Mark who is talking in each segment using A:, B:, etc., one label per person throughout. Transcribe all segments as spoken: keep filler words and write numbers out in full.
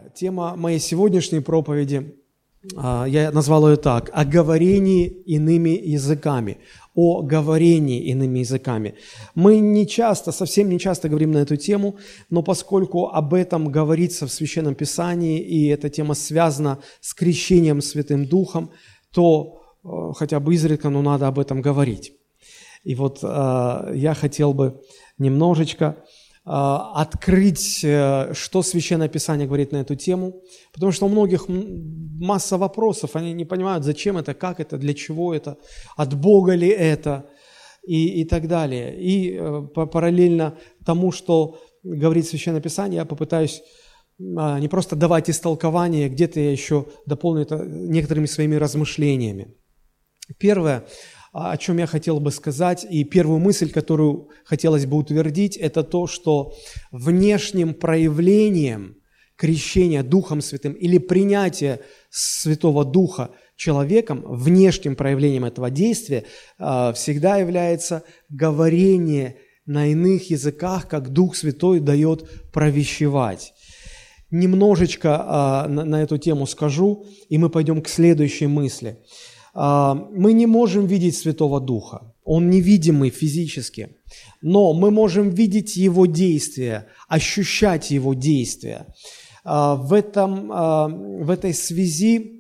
A: Тема моей сегодняшней проповеди, я назвал ее так: «О говорении иными языками». О говорении иными языками. Мы не часто, совсем не часто говорим на эту тему, но поскольку об этом говорится в Священном Писании, и эта тема связана с крещением Святым Духом, то хотя бы изредка, но надо об этом говорить. И вот э, я хотел бы немножечко э, открыть, э, что Священное Писание говорит на эту тему, потому что у многих масса вопросов, они не понимают, зачем это, как это, для чего это, от Бога ли это и, и так далее. И э, параллельно тому, что говорит Священное Писание, я попытаюсь э, не просто давать истолкование, где-то я еще дополню это некоторыми своими размышлениями. Первое, о чем я хотел бы сказать, и первую мысль, которую хотелось бы утвердить, это то, что внешним проявлением крещения Духом Святым или принятия Святого Духа человеком, внешним проявлением этого действия всегда является говорение на иных языках, как Дух Святой дает провещевать. Немножечко на эту тему скажу, и мы пойдем к следующей мысли. Мы не можем видеть Святого Духа, Он невидимый физически, но мы можем видеть Его действия, ощущать Его действия. В, этом, в этой связи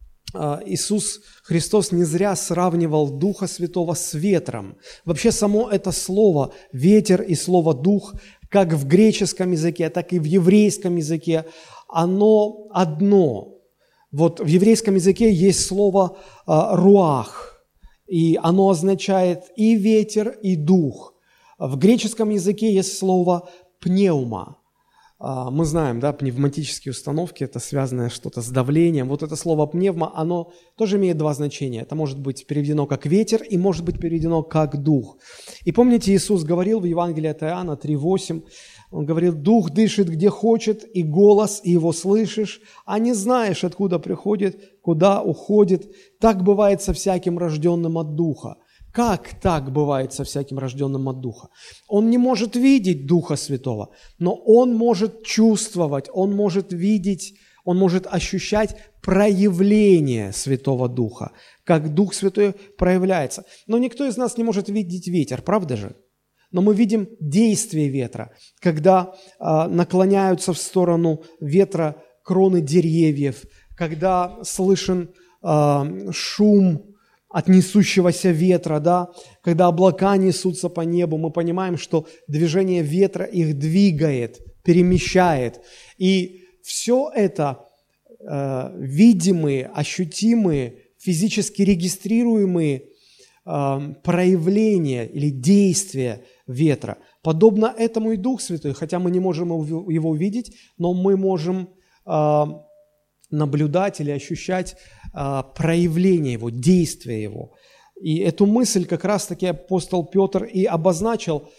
A: Иисус Христос не зря сравнивал Духа Святого с ветром. Вообще само это слово «ветер» и слово «дух», как в греческом языке, так и в еврейском языке, оно одно. Вот в еврейском языке есть слово «руах», и оно означает и ветер, и дух. В греческом языке есть слово «пневма». Мы знаем, да, пневматические установки, это связанное что-то с давлением. Вот это слово «пневма», оно тоже имеет два значения. Это может быть переведено как «ветер» и может быть переведено как «дух». И помните, Иисус говорил в Евангелии от Иоанна три восемь, Он говорил: «Дух дышит где хочет, и голос его слышишь, а не знаешь, откуда приходит, куда уходит. Так бывает со всяким рожденным от Духа». Как так бывает со всяким рожденным от Духа? Он не может видеть Духа Святого, но он может чувствовать, он может видеть, он может ощущать проявление Святого Духа, как Дух Святой проявляется. Но никто из нас не может видеть ветер, правда же? Но мы видим действие ветра, когда э, наклоняются в сторону ветра кроны деревьев, когда слышен э, шум от несущегося ветра, да, когда облака несутся по небу, мы понимаем, что движение ветра их двигает, перемещает. И все это э, видимые, ощутимые, физически регистрируемые э, проявления или действия ветра. Подобно этому и Дух Святой, хотя мы не можем его увидеть, но мы можем э, наблюдать или ощущать э, проявление его, действие его. И эту мысль как раз-таки апостол Петр и обозначил э,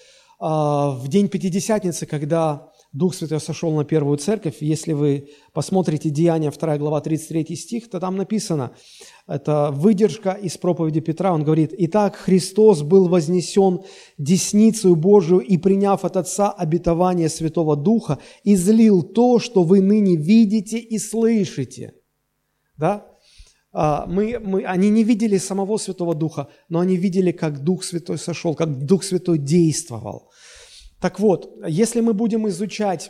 A: в день Пятидесятницы, когда Дух Святой сошел на первую церковь. Если вы посмотрите Деяния, вторая глава, тридцать третий стих, то там написано, это выдержка из проповеди Петра, он говорит: «Итак, Христос был вознесен десницею Божию и, приняв от Отца обетование Святого Духа, излил то, что вы ныне видите и слышите». Да? Мы, мы, они не видели самого Святого Духа, но они видели, как Дух Святой сошел, как Дух Святой действовал. Так вот, если мы будем изучать,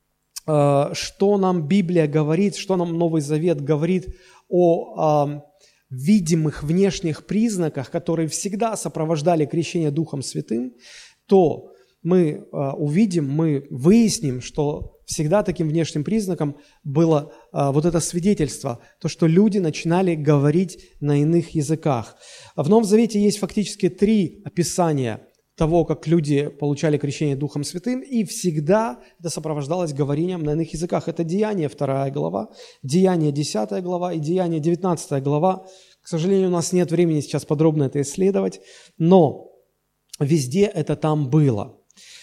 A: что нам Библия говорит, что нам Новый Завет говорит о видимых внешних признаках, которые всегда сопровождали крещение Духом Святым, то мы увидим, мы выясним, что всегда таким внешним признаком было вот это свидетельство, то, что люди начинали говорить на иных языках. В Новом Завете есть фактически три описания того, как люди получали крещение Духом Святым, и всегда это сопровождалось говорением на иных языках. Это Деяния, вторая глава, Деяния, десятая глава и Деяния, девятнадцатая глава. К сожалению, у нас нет времени сейчас подробно это исследовать, но везде это там было.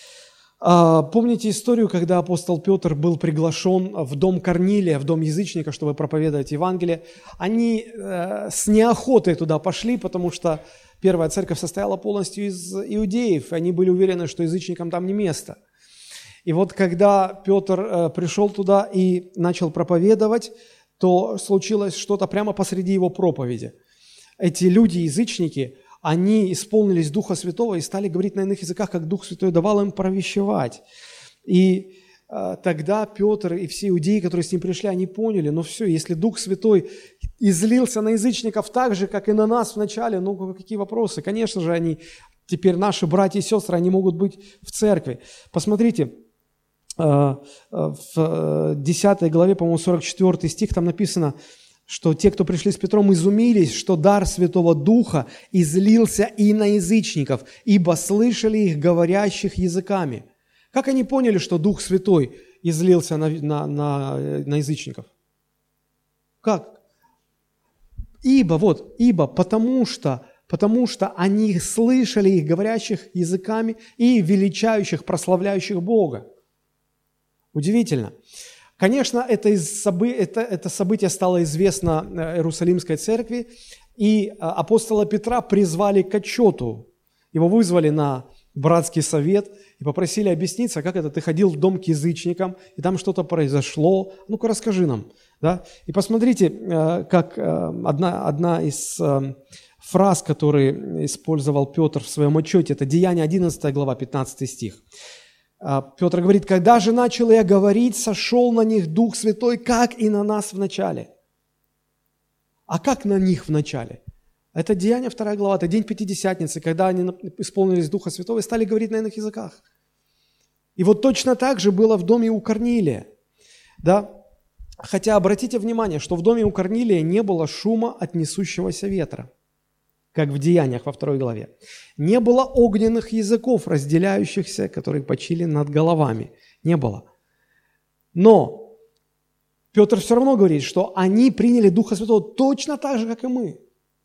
A: Помните историю, когда апостол Петр был приглашен в дом Корнилия, в дом язычника, чтобы проповедовать Евангелие? Они с неохотой туда пошли, потому что первая церковь состояла полностью из иудеев, и они были уверены, что язычникам там не место. И вот когда Петр э, пришел туда и начал проповедовать, то случилось что-то прямо посреди его проповеди. Эти люди, язычники, они исполнились Духа Святого и стали говорить на иных языках, как Дух Святой давал им провещевать. И э, тогда Петр и все иудеи, которые с ним пришли, они поняли, ну все, если Дух Святой излился на язычников так же, как и на нас вначале, ну какие вопросы? Конечно же, они теперь наши братья и сестры, они могут быть в церкви. Посмотрите, в десятой главе, по-моему, сорок четвёртый стих, там написано, что те, кто пришли с Петром, изумились, что дар Святого Духа излился и на язычников, ибо слышали их говорящих языками. Как они поняли, что Дух Святой излился на, на, на, на язычников? Как? Ибо, вот, ибо, потому что, потому что они слышали их говорящих языками и величающих, прославляющих Бога. Удивительно. Конечно, это, из собы... это, это событие стало известно Иерусалимской церкви, и апостола Петра призвали к отчету. Его вызвали на братский совет и попросили объясниться, как это ты ходил в дом к язычникам, и там что-то произошло. Ну-ка, расскажи нам. Да? И посмотрите, как одна, одна из фраз, которые использовал Петр в своем отчете, это Деяния одиннадцатая глава, пятнадцатый стих. Петр говорит, когда же начал я говорить, сошел на них Дух Святой, как и на нас в начале. А как на них в начале? Это Деяния вторая глава, это день Пятидесятницы, когда они исполнились Духа Святого и стали говорить на иных языках. И вот точно так же было в доме у Корнилия. Да? Хотя обратите внимание, что в доме у Корнилия не было шума от несущегося ветра, как в Деяниях во второй главе. Не было огненных языков, разделяющихся, которые почили над головами. Не было. Но Петр все равно говорит, что они приняли Духа Святого точно так же, как и мы.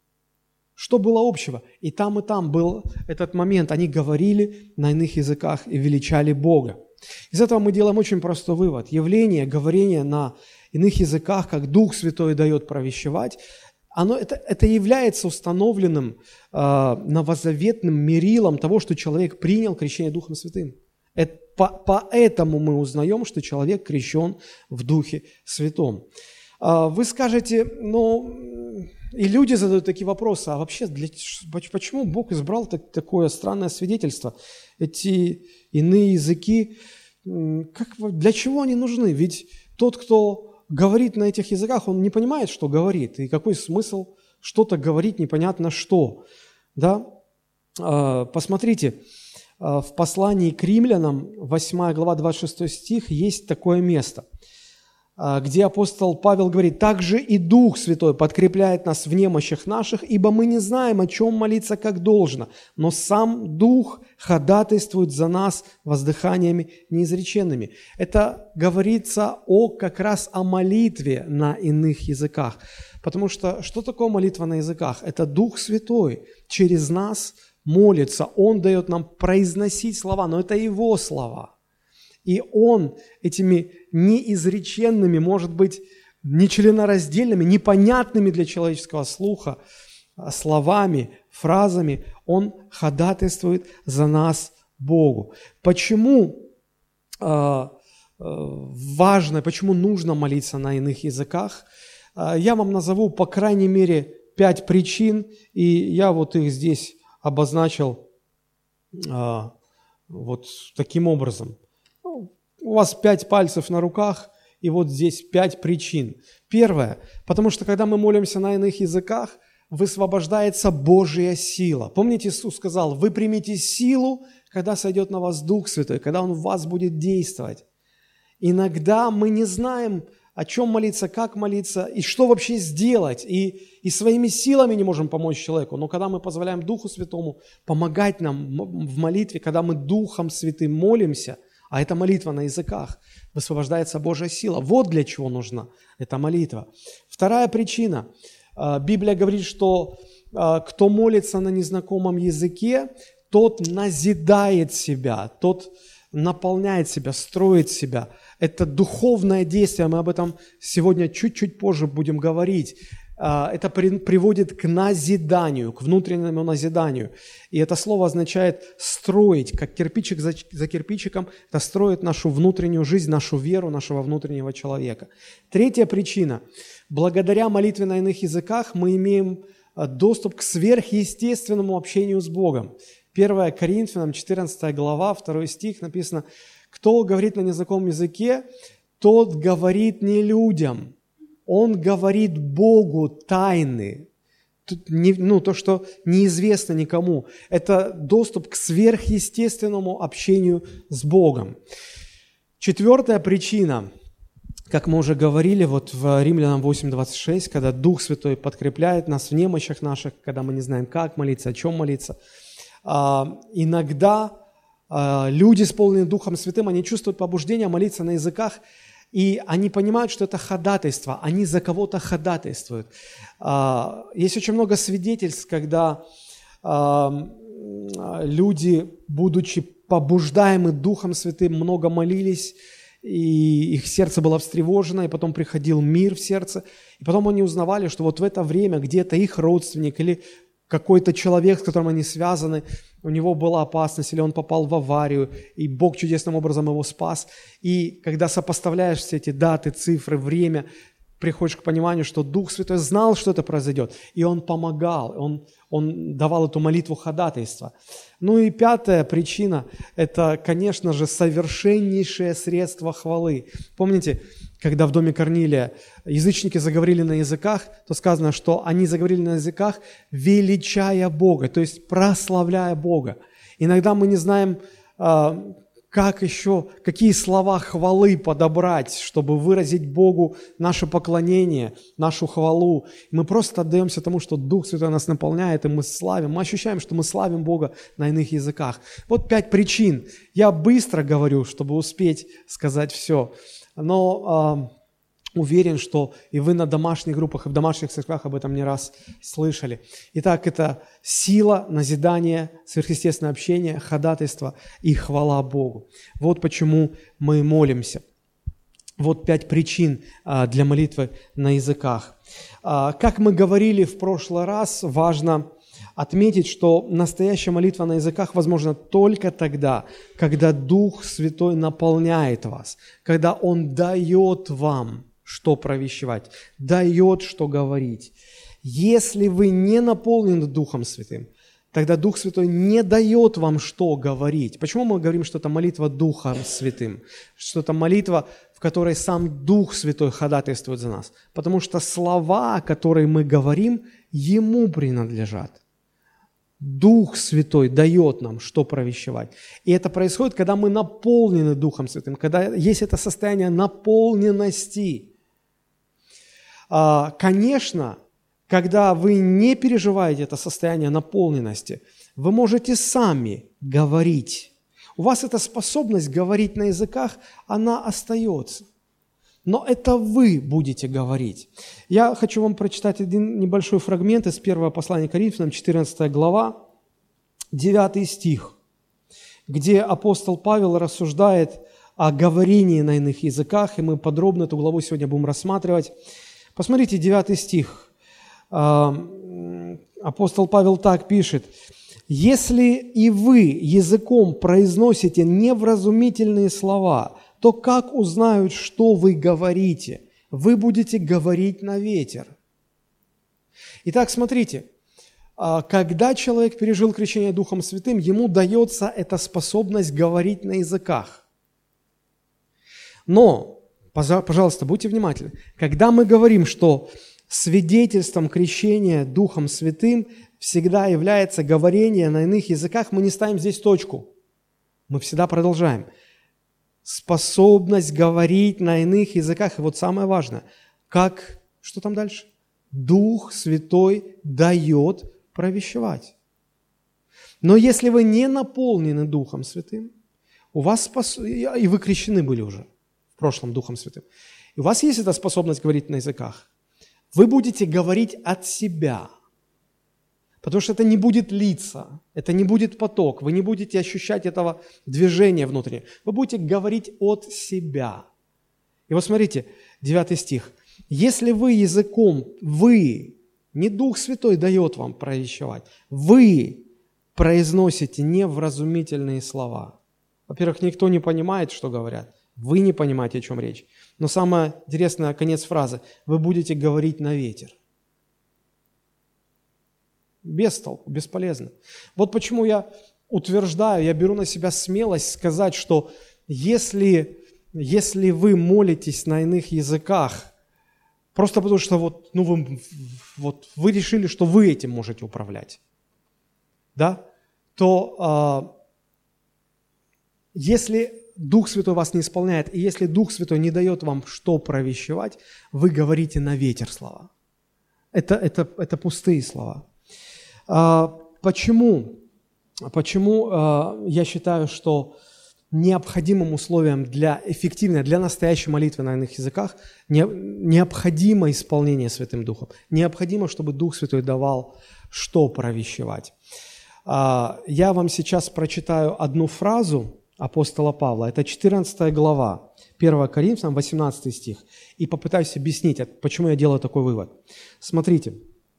A: Что было общего? И там, и там был этот момент. Они говорили на иных языках и величали Бога. Из этого мы делаем очень простой вывод. Явление, говорение на иных языках, как Дух Святой дает провещевать, Оно, это, это является установленным э, новозаветным мерилом того, что человек принял крещение Духом Святым. Это, по, поэтому мы узнаем, что человек крещен в Духе Святом. Э, вы скажете, ну, и люди задают такие вопросы, а вообще для, почему Бог избрал так, такое странное свидетельство? Эти иные языки, как, для чего они нужны? Ведь тот, кто говорит на этих языках, он не понимает, что говорит, и какой смысл что-то говорить непонятно что. Да? Посмотрите, в послании к римлянам, восьмая глава, двадцать шестой стих, есть такое место, где апостол Павел говорит, «Также и Дух Святой подкрепляет нас в немощах наших, ибо мы не знаем, о чем молиться как должно, но сам Дух ходатайствует за нас воздыханиями неизреченными». Это говорится о, как раз о молитве на иных языках. Потому что что такое молитва на языках? Это Дух Святой через нас молится, Он дает нам произносить слова, но это Его слова. И Он этими неизреченными, может быть, нечленораздельными, непонятными для человеческого слуха словами, фразами, Он ходатайствует за нас Богу. Почему э, важно, почему нужно молиться на иных языках? Я вам назову, по крайней мере, пять причин, и я вот их здесь обозначил э, вот таким образом. У вас пять пальцев на руках, и вот здесь пять причин. Первое, потому что когда мы молимся на иных языках, высвобождается Божья сила. Помните, Иисус сказал, вы примите силу, когда сойдет на вас Дух Святой, когда Он в вас будет действовать. Иногда мы не знаем, о чем молиться, как молиться, и что вообще сделать, и, и своими силами не можем помочь человеку. Но когда мы позволяем Духу Святому помогать нам в молитве, когда мы Духом Святым молимся, а это молитва на языках, высвобождается Божья сила. Вот для чего нужна эта молитва. Вторая причина. Библия говорит, что кто молится на незнакомом языке, тот назидает себя, тот наполняет себя, строит себя. Это духовное действие, мы об этом сегодня чуть-чуть позже будем говорить. а, это при, приводит к назиданию, к внутреннему назиданию. И это слово означает строить, как кирпичик за, за кирпичиком, это строит нашу внутреннюю жизнь, нашу веру, нашего внутреннего человека. Третья причина. Благодаря молитве на иных языках мы имеем доступ к сверхъестественному общению с Богом. первое Коринфянам, четырнадцатая глава, второй стих написано: «Кто говорит на незнакомом языке, тот говорит не людям, он говорит Богу тайны». Тут не, ну, то, что неизвестно никому. Это доступ к сверхъестественному общению с Богом. Четвертая причина. Как мы уже говорили, вот в Римлянам восемь двадцать шесть, когда Дух Святой подкрепляет нас в немощах наших, когда мы не знаем, как молиться, о чем молиться, а, иногда а, люди, исполненные Духом Святым, они чувствуют побуждение молиться на языках, и они понимают, что это ходатайство, они за кого-то ходатайствуют. А, есть очень много свидетельств, когда а, люди, будучи побуждаемы Духом Святым, много молились, и их сердце было встревожено, и потом приходил мир в сердце, и потом они узнавали, что вот в это время где-то их родственник или какой-то человек, с которым они связаны, у него была опасность, или он попал в аварию, и Бог чудесным образом его спас. И когда сопоставляешь все эти даты, цифры, время, приходишь к пониманию, что Дух Святой знал, что это произойдет, и Он помогал, Он, он давал эту молитву ходатайства. Ну и пятая причина – это, конечно же, совершеннейшее средство хвалы. Помните, когда в доме Корнилия язычники заговорили на языках, то сказано, что они заговорили на языках, величая Бога, то есть прославляя Бога. Иногда мы не знаем, как еще, какие слова хвалы подобрать, чтобы выразить Богу наше поклонение, нашу хвалу. Мы просто отдаемся тому, что Дух Святой нас наполняет, и мы славим. Мы ощущаем, что мы славим Бога на иных языках. Вот пять причин. Я быстро говорю, чтобы успеть сказать все. Но э, уверен, что и вы на домашних группах, и в домашних церквях об этом не раз слышали. Итак, это сила, назидание, сверхъестественное общение, ходатайство и хвала Богу. Вот почему мы молимся. Вот пять причин а, для молитвы на языках. А, как мы говорили в прошлый раз, важно отметить, что настоящая молитва на языках возможна только тогда, когда Дух Святой наполняет вас, когда Он дает вам, что провещевать, дает, что говорить. Если вы не наполнены Духом Святым, тогда Дух Святой не дает вам, что говорить. Почему мы говорим, что это молитва Духом Святым? Что это молитва, в которой сам Дух Святой ходатайствует за нас? Потому что слова, которые мы говорим, Ему принадлежат. Дух Святой дает нам, что провещевать. И это происходит, когда мы наполнены Духом Святым, когда есть это состояние наполненности. Конечно, когда вы не переживаете это состояние наполненности, вы можете сами говорить. У вас эта способность говорить на языках, она остается. Но это вы будете говорить. Я хочу вам прочитать один небольшой фрагмент из первого послания Коринфянам, четырнадцатая глава, девятый стих, где апостол Павел рассуждает о говорении на иных языках, и мы подробно эту главу сегодня будем рассматривать. Посмотрите, девятый стих. Апостол Павел так пишет: «Если и вы языком произносите невразумительные слова, то как узнают, что вы говорите? Вы будете говорить на ветер». Итак, смотрите, когда человек пережил крещение Духом Святым, ему дается эта способность говорить на языках. Но, пожалуйста, будьте внимательны, когда мы говорим, что свидетельством крещения Духом Святым всегда является говорение на иных языках, мы не ставим здесь точку. Мы всегда продолжаем. Способность говорить на иных языках. И вот самое важное, как, что там дальше? Дух Святой дает провещевать. Но если вы не наполнены Духом Святым, у вас спос... и вы крещены были уже в прошлом Духом Святым, и у вас есть эта способность говорить на языках, вы будете говорить от себя. Потому что это не будет литься, это не будет поток, вы не будете ощущать этого движения внутреннего. Вы будете говорить от себя. И вот смотрите, девятый стих. Если вы языком, вы, не Дух Святой дает вам провещевать, вы произносите невразумительные слова. Во-первых, никто не понимает, что говорят. Вы не понимаете, о чем речь. Но самое интересное, конец фразы, вы будете говорить на ветер. Без толку, бесполезно. Вот почему я утверждаю, я беру на себя смелость сказать, что если, если вы молитесь на иных языках, просто потому что вот, ну, вы, вот, вы решили, что вы этим можете управлять, да, то э, если Дух Святой вас не исполняет, и если Дух Святой не дает вам что провещевать, вы говорите на ветер слова. Это, это, это пустые слова. А, почему? Почему а, я считаю, что необходимым условием для эффективной, для настоящей молитвы на иных языках не, необходимо исполнение Святым Духом. Необходимо, чтобы Дух Святой давал что провещевать. А, я вам сейчас прочитаю одну фразу апостола Павла. Это четырнадцатая глава, первое Коринфянам, восемнадцатый стих. И попытаюсь объяснить, почему я делаю такой вывод. Смотрите.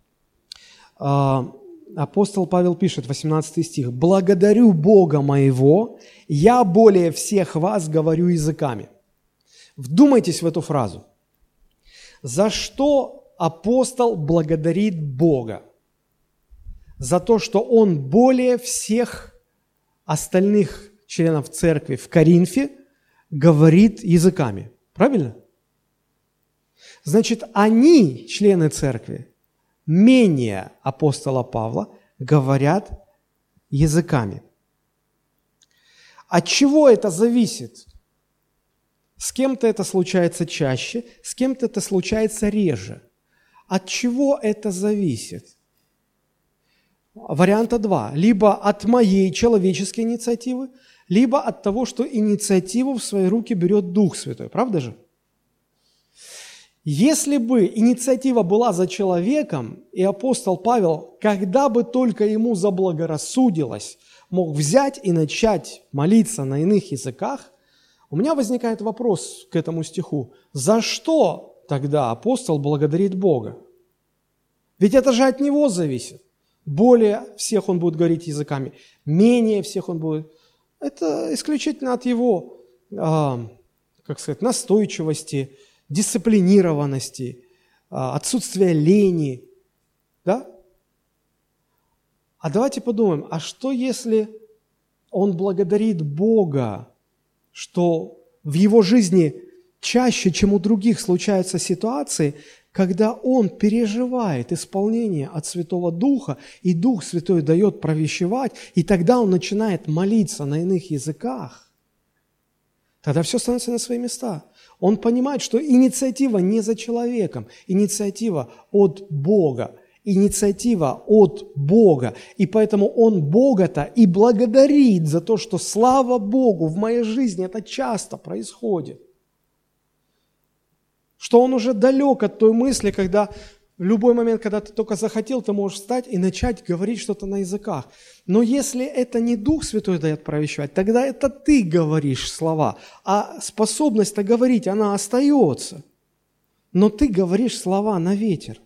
A: Апостол Павел пишет, восемнадцатый стих. «Благодарю Бога моего, я более всех вас говорю языками». Вдумайтесь в эту фразу. За что апостол благодарит Бога? За то, что он более всех остальных членов церкви в Коринфе говорит языками. Правильно? Значит, они, члены церкви, менее апостола Павла, говорят языками. От чего это зависит? С кем-то это случается чаще, с кем-то это случается реже. От чего это зависит? Варианта два. Либо от моей человеческой инициативы, либо от того, что инициативу в свои руки берет Дух Святой. Правда же? Если бы инициатива была за человеком, и апостол Павел, когда бы только ему заблагорассудилось, мог взять и начать молиться на иных языках, у меня возникает вопрос к этому стиху. За что тогда апостол благодарит Бога? Ведь это же от него зависит. Более всех он будет говорить языками, менее всех он будет. Это исключительно от его, а, как сказать, настойчивости, дисциплинированности, а, отсутствия лени. Да? А давайте подумаем, а что если он благодарит Бога, что в его жизни чаще, чем у других, случаются ситуации, когда он переживает исполнение от Святого Духа, и Дух Святой дает провещевать, и тогда он начинает молиться на иных языках, тогда все становится на свои места. Он понимает, что инициатива не за человеком, инициатива от Бога, инициатива от Бога. И поэтому он Бога-то и благодарит за то, что, слава Богу, в моей жизни это часто происходит. Что он уже далек от той мысли, когда в любой момент, когда ты только захотел, ты можешь встать и начать говорить что-то на языках. Но если это не Дух Святой дает провещевать, тогда это ты говоришь слова, а способность-то говорить, она остается. Но ты говоришь слова на ветер.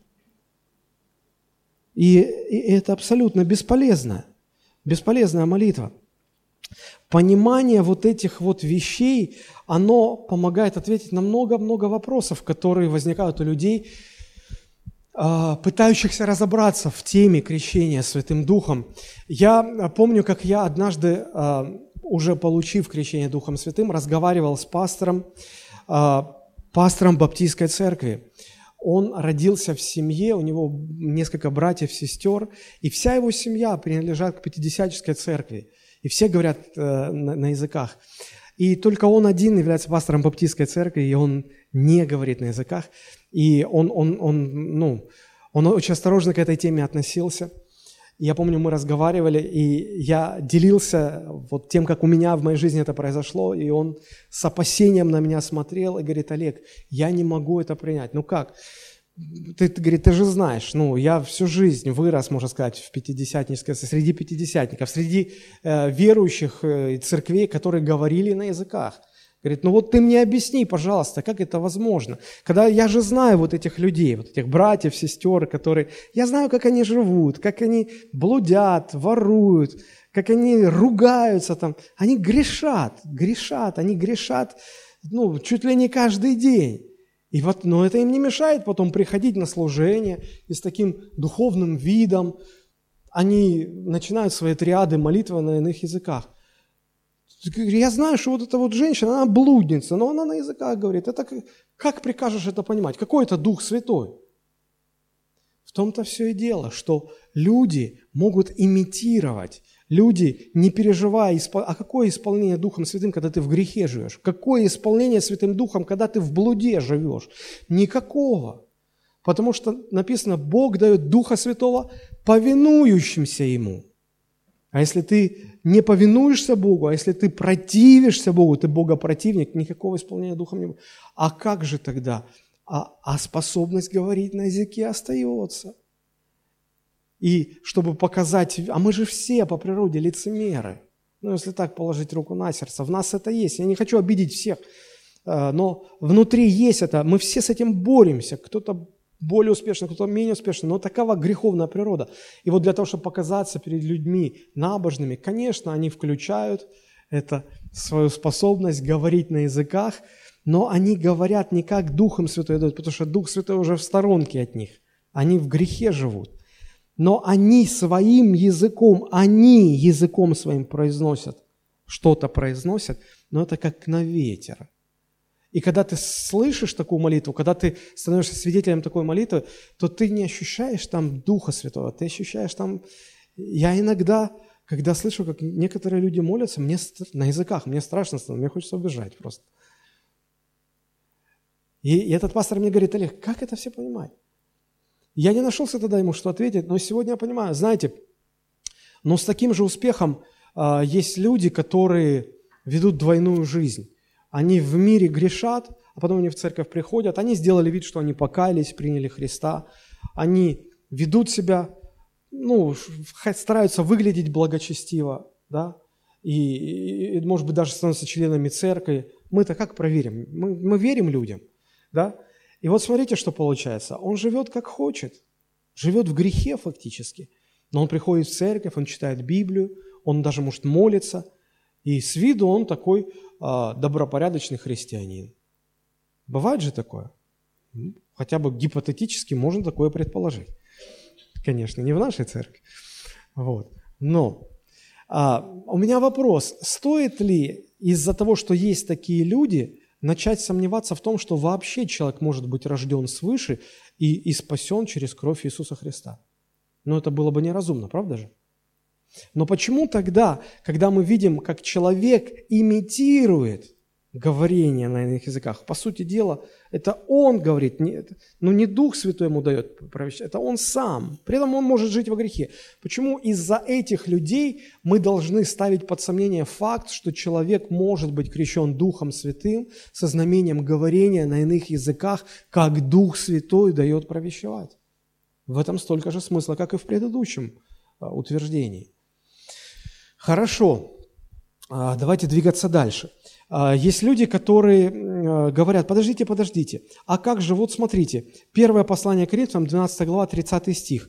A: И, и это абсолютно бесполезно, бесполезная молитва. Понимание вот этих вот вещей, оно помогает ответить на много-много вопросов, которые возникают у людей, пытающихся разобраться в теме крещения Святым Духом. Я помню, как я однажды, уже получив крещение Духом Святым, разговаривал с пастором, пастором Баптистской церкви. Он родился в семье, у него несколько братьев, сестер, и вся его семья принадлежит к Пятидесятнической церкви. И все говорят э, на, на языках. И только он один является пастором Баптистской церкви, и он не говорит на языках. И он, он, он, ну, он очень осторожно к этой теме относился. И я помню, мы разговаривали, и я делился вот тем, как у меня в моей жизни это произошло, и он с опасением на меня смотрел и говорит: Олег, я не могу это принять. Ну как? Ты, ты, говорит, ты же знаешь, ну, я всю жизнь вырос, можно сказать, в пятидесятнической, среди пятидесятников, среди э, верующих э, церквей, которые говорили на языках. Говорит, ну вот ты мне объясни, пожалуйста, как это возможно? Когда я же знаю вот этих людей, вот этих братьев, сестер, которые... Я знаю, как они живут, как они блудят, воруют, как они ругаются там. Они грешат, грешат, они грешат, ну, чуть ли не каждый день. И вот, но это им не мешает потом приходить на служение и с таким духовным видом. Они начинают свои триады молитвы на иных языках. Я знаю, что вот эта вот женщина, она блудница, но она на языках говорит. Это как, как прикажешь это понимать? Какой это Дух Святой? В том-то все и дело, что люди могут имитировать. Люди, не переживая, а какое исполнение Духом Святым, когда ты в грехе живешь? Какое исполнение Святым Духом, когда ты в блуде живешь? Никакого. Потому что написано, Бог дает Духа Святого повинующимся Ему. А если ты не повинуешься Богу, а если ты противишься Богу, ты богопротивник, никакого исполнения Духом не будет. А как же тогда? А, а способность говорить на языке остается. И чтобы показать, а мы же все по природе лицемеры. Ну, если так положить руку на сердце, в нас это есть. Я не хочу обидеть всех, но внутри есть это. Мы все с этим боремся. Кто-то более успешно, кто-то менее успешно, но такова греховная природа. И вот для того, чтобы показаться перед людьми набожными, конечно, они включают это, свою способность говорить на языках, но они говорят не как Духом Святой дают, потому что Дух Святой уже в сторонке от них. Они в грехе живут. Но они своим языком, они языком своим произносят, что-то произносят, но это как на ветер. И когда ты слышишь такую молитву, когда ты становишься свидетелем такой молитвы, то ты не ощущаешь там Духа Святого, ты ощущаешь там... Я иногда, когда слышу, как некоторые люди молятся, мне на языках, мне страшно становится, мне хочется убежать просто. И, и этот пастор мне говорит, Олег, как это все понимать? Я не нашелся тогда ему, что ответить, но сегодня я понимаю, знаете, но с таким же успехом а, есть люди, которые ведут двойную жизнь. Они в мире грешат, а потом они в церковь приходят, они сделали вид, что они покаялись, приняли Христа, они ведут себя, ну, стараются выглядеть благочестиво, да, и, и может быть, даже становятся членами церкви. Мы-то как проверим? Мы, мы верим людям, да? И вот смотрите, что получается. Он живет как хочет, живет в грехе фактически, но он приходит в церковь, он читает Библию, он даже может молиться, и с виду он такой а, добропорядочный христианин. Бывает же такое? Хотя бы гипотетически можно такое предположить. Конечно, не в нашей церкви. Вот. Но а, у меня вопрос. Стоит ли из-за того, что есть такие люди, начать сомневаться в том, что вообще человек может быть рожден свыше и, и спасен через кровь Иисуса Христа? Но это было бы неразумно, правда же? Но почему тогда, когда мы видим, как человек имитирует говорение на иных языках, по сути дела, это он говорит, не, ну не Дух Святой ему дает провещать, это он сам, при этом он может жить во грехе. Почему из-за этих людей мы должны ставить под сомнение факт, что человек может быть крещен Духом Святым со знамением говорения на иных языках, как Дух Святой дает провещевать? В этом столько же смысла, как и в предыдущем утверждении. Хорошо, давайте двигаться дальше. Есть люди, которые говорят, подождите, подождите, а как же, вот смотрите, первое послание к Коринфянам, двенадцатая глава, тридцатый стих.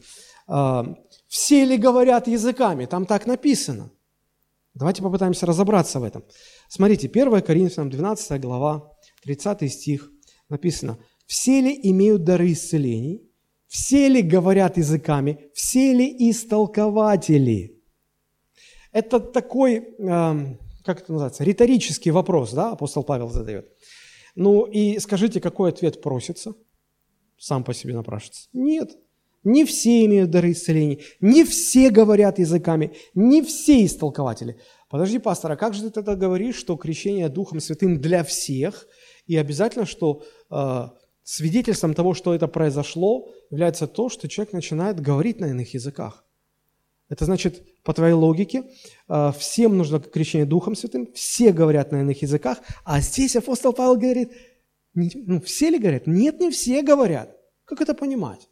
A: Все ли говорят языками? Там так написано. Давайте попытаемся разобраться в этом. Смотрите, первое Коринфянам, двенадцатая глава, тридцатый стих, написано, все ли имеют дары исцелений? Все ли говорят языками? Все ли истолкователи? Это такой, э, как это называется, риторический вопрос, да, апостол Павел задает. Ну и скажите, какой ответ просится? Сам по себе напрашивается. Нет, не все имеют дары исцелений, не все говорят языками, не все истолкователи. Подожди, пастор, а как же ты тогда говоришь, что крещение Духом Святым для всех, и обязательно, что э, свидетельством того, что это произошло, является то, что человек начинает говорить на иных языках? Это значит, по твоей логике, всем нужно крещение Духом Святым, все говорят на иных языках, а здесь апостол Павел говорит, ну, все ли говорят? Нет, не все говорят. Как это понимать?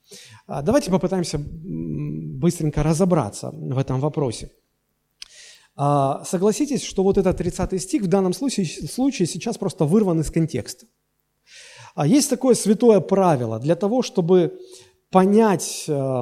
A: Давайте попытаемся быстренько разобраться в этом вопросе. А, согласитесь, что вот этот тридцатый стих в данном случае, случае сейчас просто вырван из контекста. А есть такое святое правило для того, чтобы понять э,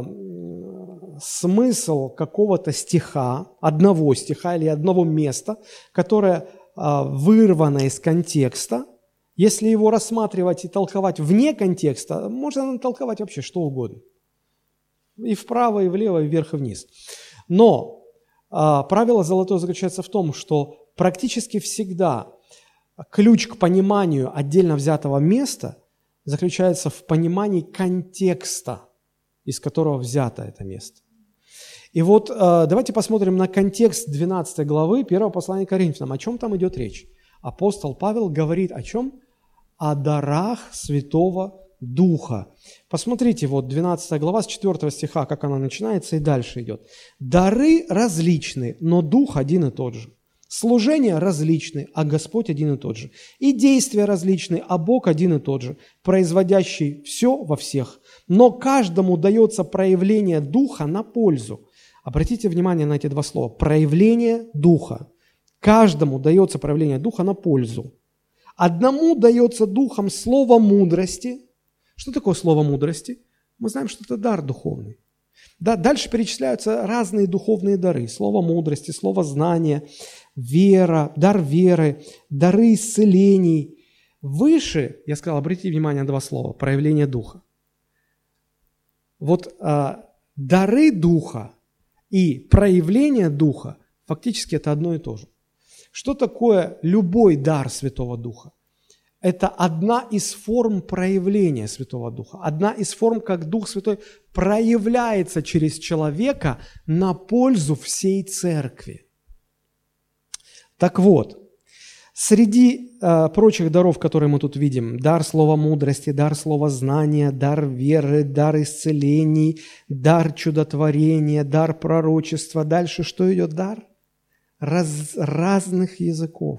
A: смысл какого-то стиха, одного стиха или одного места, которое э, вырвано из контекста. Если его рассматривать и толковать вне контекста, можно толковать вообще что угодно. И вправо, и влево, и вверх, и вниз. Но а, правило золотое заключается в том, что практически всегда ключ к пониманию отдельно взятого места заключается в понимании контекста, из которого взято это место. И вот а, давайте посмотрим на контекст двенадцатой главы первого послания к Коринфянам. О чем там идет речь? Апостол Павел говорит о чем? О дарах Святого Духа. Посмотрите, вот двенадцатая глава с четвёртого стиха, как она начинается и дальше идет. «Дары различны, но Дух один и тот же. Служения различны, а Господь один и тот же. И действия различны, а Бог один и тот же, производящий все во всех. Но каждому дается проявление Духа на пользу». Обратите внимание на эти два слова. Проявление Духа. Каждому дается проявление Духа на пользу. Одному дается Духом слово мудрости. Что такое слово мудрости? Мы знаем, что это дар духовный. Да, дальше перечисляются разные духовные дары. Слово мудрости, слово знания, вера, дар веры, дары исцелений. Выше, я сказал, обратите внимание на два слова, проявление Духа. Вот а, дары Духа и проявление Духа фактически это одно и то же. Что такое любой дар Святого Духа? Это одна из форм проявления Святого Духа, одна из форм, как Дух Святой проявляется через человека на пользу всей церкви. Так вот, среди э, прочих даров, которые мы тут видим, дар слова мудрости, дар слова знания, дар веры, дар исцелений, дар чудотворения, дар пророчества. Дальше что идет? Дар раз, разных языков.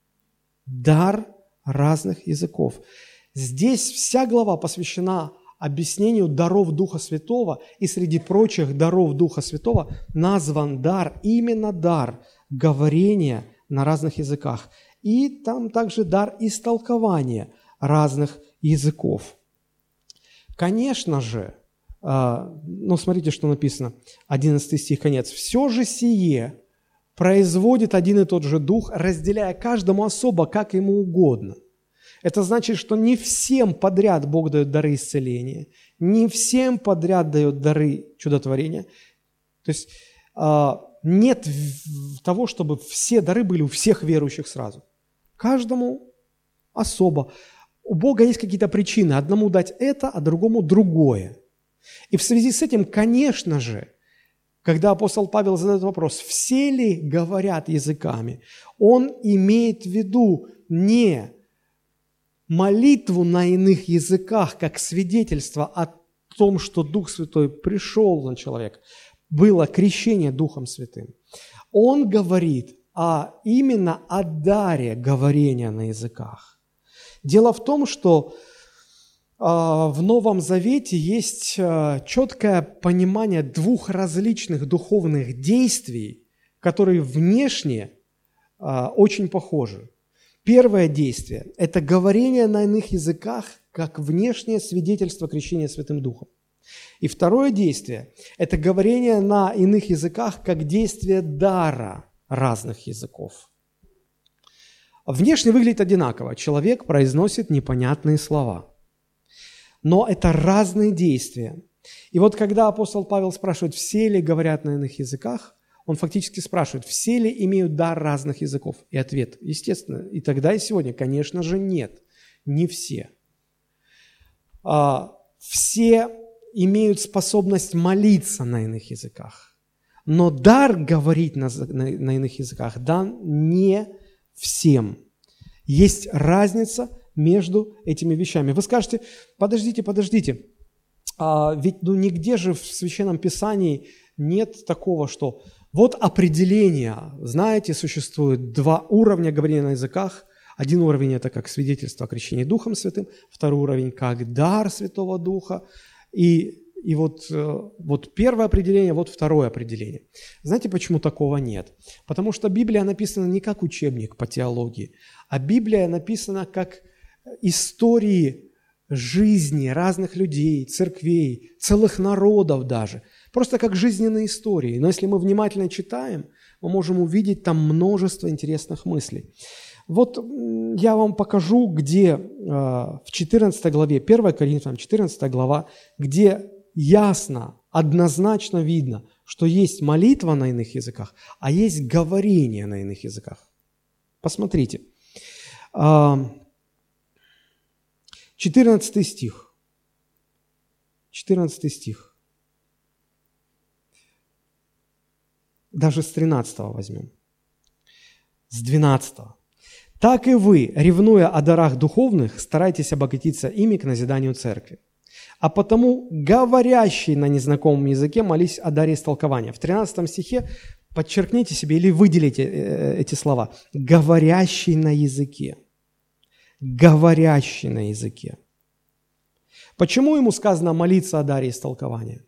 A: Дар разных языков. Здесь вся глава посвящена объяснению даров Духа Святого, и среди прочих даров Духа Святого назван дар, именно дар говорения на разных языках. И там также дар истолкования разных языков. Конечно же, ну смотрите, что написано, одиннадцатый стих, конец. «Все же сие производит один и тот же Дух, разделяя каждому особо, как ему угодно». Это значит, что не всем подряд Бог дает дары исцеления, не всем подряд дает дары чудотворения. То есть нет того, чтобы все дары были у всех верующих сразу. Каждому особо. У Бога есть какие-то причины. Одному дать это, а другому другое. И в связи с этим, конечно же, когда апостол Павел задает вопрос, все ли говорят языками, он имеет в виду не молитву на иных языках, как свидетельство о том, что Дух Святой пришел на человека, было крещение Духом Святым. Он говорит а именно о даре говорения на языках. Дело в том, что в Новом Завете есть четкое понимание двух различных духовных действий, которые внешне очень похожи. Первое действие – это говорение на иных языках, как внешнее свидетельство крещения Святым Духом. И второе действие – это говорение на иных языках, как действие дара разных языков. Внешне выглядит одинаково. Человек произносит непонятные слова. Но это разные действия. И вот когда апостол Павел спрашивает, все ли говорят на иных языках, он фактически спрашивает, все ли имеют дар разных языков? И ответ, естественно, и тогда, и сегодня, конечно же, нет. Не все. А, все имеют способность молиться на иных языках. Но дар говорить на, на, на иных языках дан не всем. Есть разница между этими вещами. Вы скажете, подождите, подождите, а ведь ну, нигде же в Священном Писании нет такого, что вот определение, знаете, существует два уровня говорения на языках. Один уровень – это как свидетельство о крещении Духом Святым, второй уровень – как дар Святого Духа. И и вот, вот первое определение, вот второе определение. Знаете, почему такого нет? Потому что Библия написана не как учебник по теологии, а Библия написана как истории жизни разных людей, церквей, целых народов даже. Просто как жизненные истории. Но если мы внимательно читаем, мы можем увидеть там множество интересных мыслей. Вот я вам покажу, где в четырнадцатой главе, первое Коринфянам, четырнадцатая глава, где ясно, однозначно видно, что есть молитва на иных языках, а есть говорение на иных языках. Посмотрите. четырнадцатый стих. четырнадцатый стих. Даже с тринадцатого возьмем. С двенадцатого. «Так и вы, ревнуя о дарах духовных, старайтесь обогатиться ими к назиданию церкви. А потому, говорящий на незнакомом языке, молись о даре истолкования». В тринадцатом стихе подчеркните себе или выделите эти слова. «Говорящий на языке». Говорящий на языке. Почему ему сказано молиться о даре истолкования?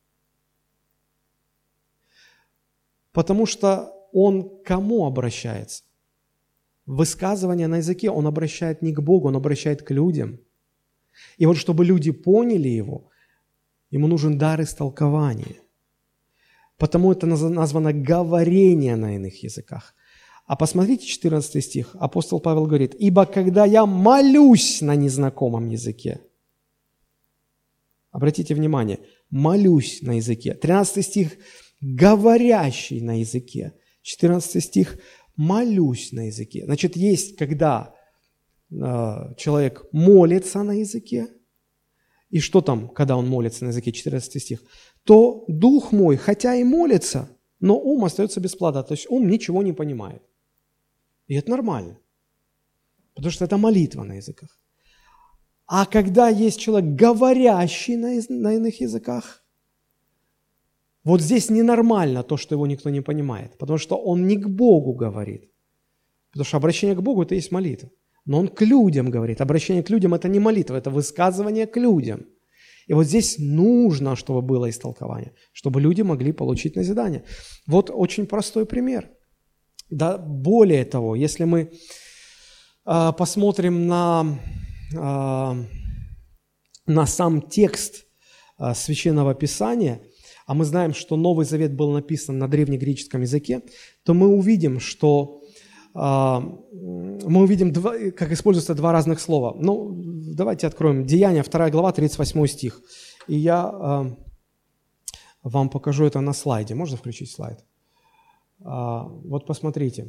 A: Потому что он к кому обращается? Высказывание на языке он обращает не к Богу, он обращает к людям. И вот чтобы люди поняли его, ему нужен дар истолкования. Потому это названо говорение на иных языках. А посмотрите четырнадцатый стих. Апостол Павел говорит: «Ибо когда я молюсь на незнакомом языке». Обратите внимание, молюсь на языке. тринадцатый стих – говорящий на языке. четырнадцатый стих – молюсь на языке. Значит, есть, когда э, человек молится на языке, и что там, когда он молится на языке, четырнадцатый стих, то дух мой, хотя и молится, но ум остается без плода, то есть ум ничего не понимает. И это нормально, потому что это молитва на языках. А когда есть человек, говорящий на, на иных языках, вот здесь ненормально то, что его никто не понимает, потому что он не к Богу говорит. Потому что обращение к Богу – это есть молитва. Но он к людям говорит. Обращение к людям – это не молитва, это высказывание к людям. И вот здесь нужно, чтобы было истолкование, чтобы люди могли получить назидание. Вот очень простой пример. Да, более того, если мы э, посмотрим на, э, на сам текст э, Священного Писания, а мы знаем, что Новый Завет был написан на древнегреческом языке, то мы увидим, что э, мы увидим, два, как используются два разных слова. Ну, давайте откроем Деяния, вторая глава, тридцать восьмой стих. И я э, вам покажу это на слайде. Можно включить слайд? Э, вот посмотрите.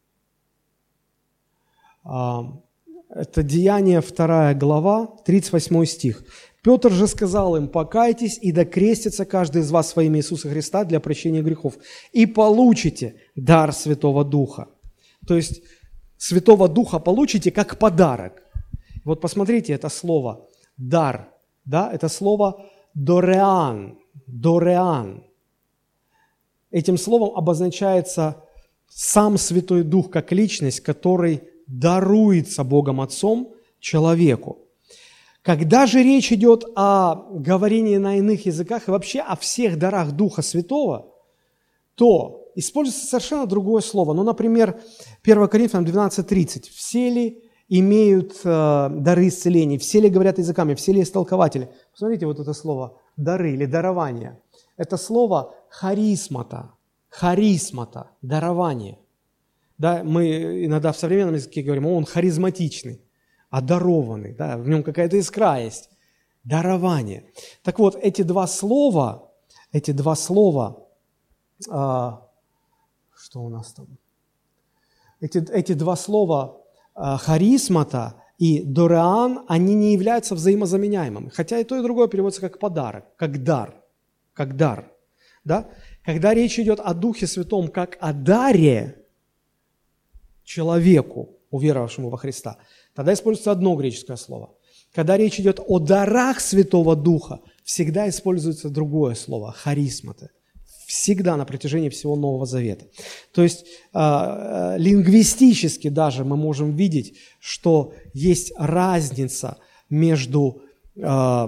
A: Э, это Деяния, вторая глава, тридцать восьмой стих. Петр же сказал им: «Покайтесь, и да крестится каждый из вас во имя Иисуса Христа для прощения грехов, и получите дар Святого Духа». То есть Святого Духа получите как подарок. Вот посмотрите, это слово «дар», да, это слово «дореан», «дореан». Этим словом обозначается сам Святой Дух как личность, который даруется Богом Отцом человеку. Когда же речь идет о говорении на иных языках и вообще о всех дарах Духа Святого, то используется совершенно другое слово. Ну, например, первое Коринфянам двенадцать тридцать. «Все ли имеют э, дары исцеления, все ли говорят языками, все ли истолкователи». Посмотрите, вот это слово «дары» или «дарование». Это слово «харисмата», «харисмата», «дарование». Да, мы иногда в современном языке говорим: «О, он харизматичный». Одарованный, да, в нем какая-то искра есть. Дарование. Так вот, эти два слова, эти два слова, а, что у нас там? Эти, эти два слова а, харисмата и дореан, они не являются взаимозаменяемыми. Хотя и то, и другое переводится как подарок, как дар, как дар. Да? Когда речь идет о Духе Святом как о даре человеку, уверовавшему во Христа, тогда используется одно греческое слово. Когда речь идет о дарах Святого Духа, всегда используется другое слово – харисматы. Всегда на протяжении всего Нового Завета. То есть э, лингвистически даже мы можем видеть, что есть разница между э,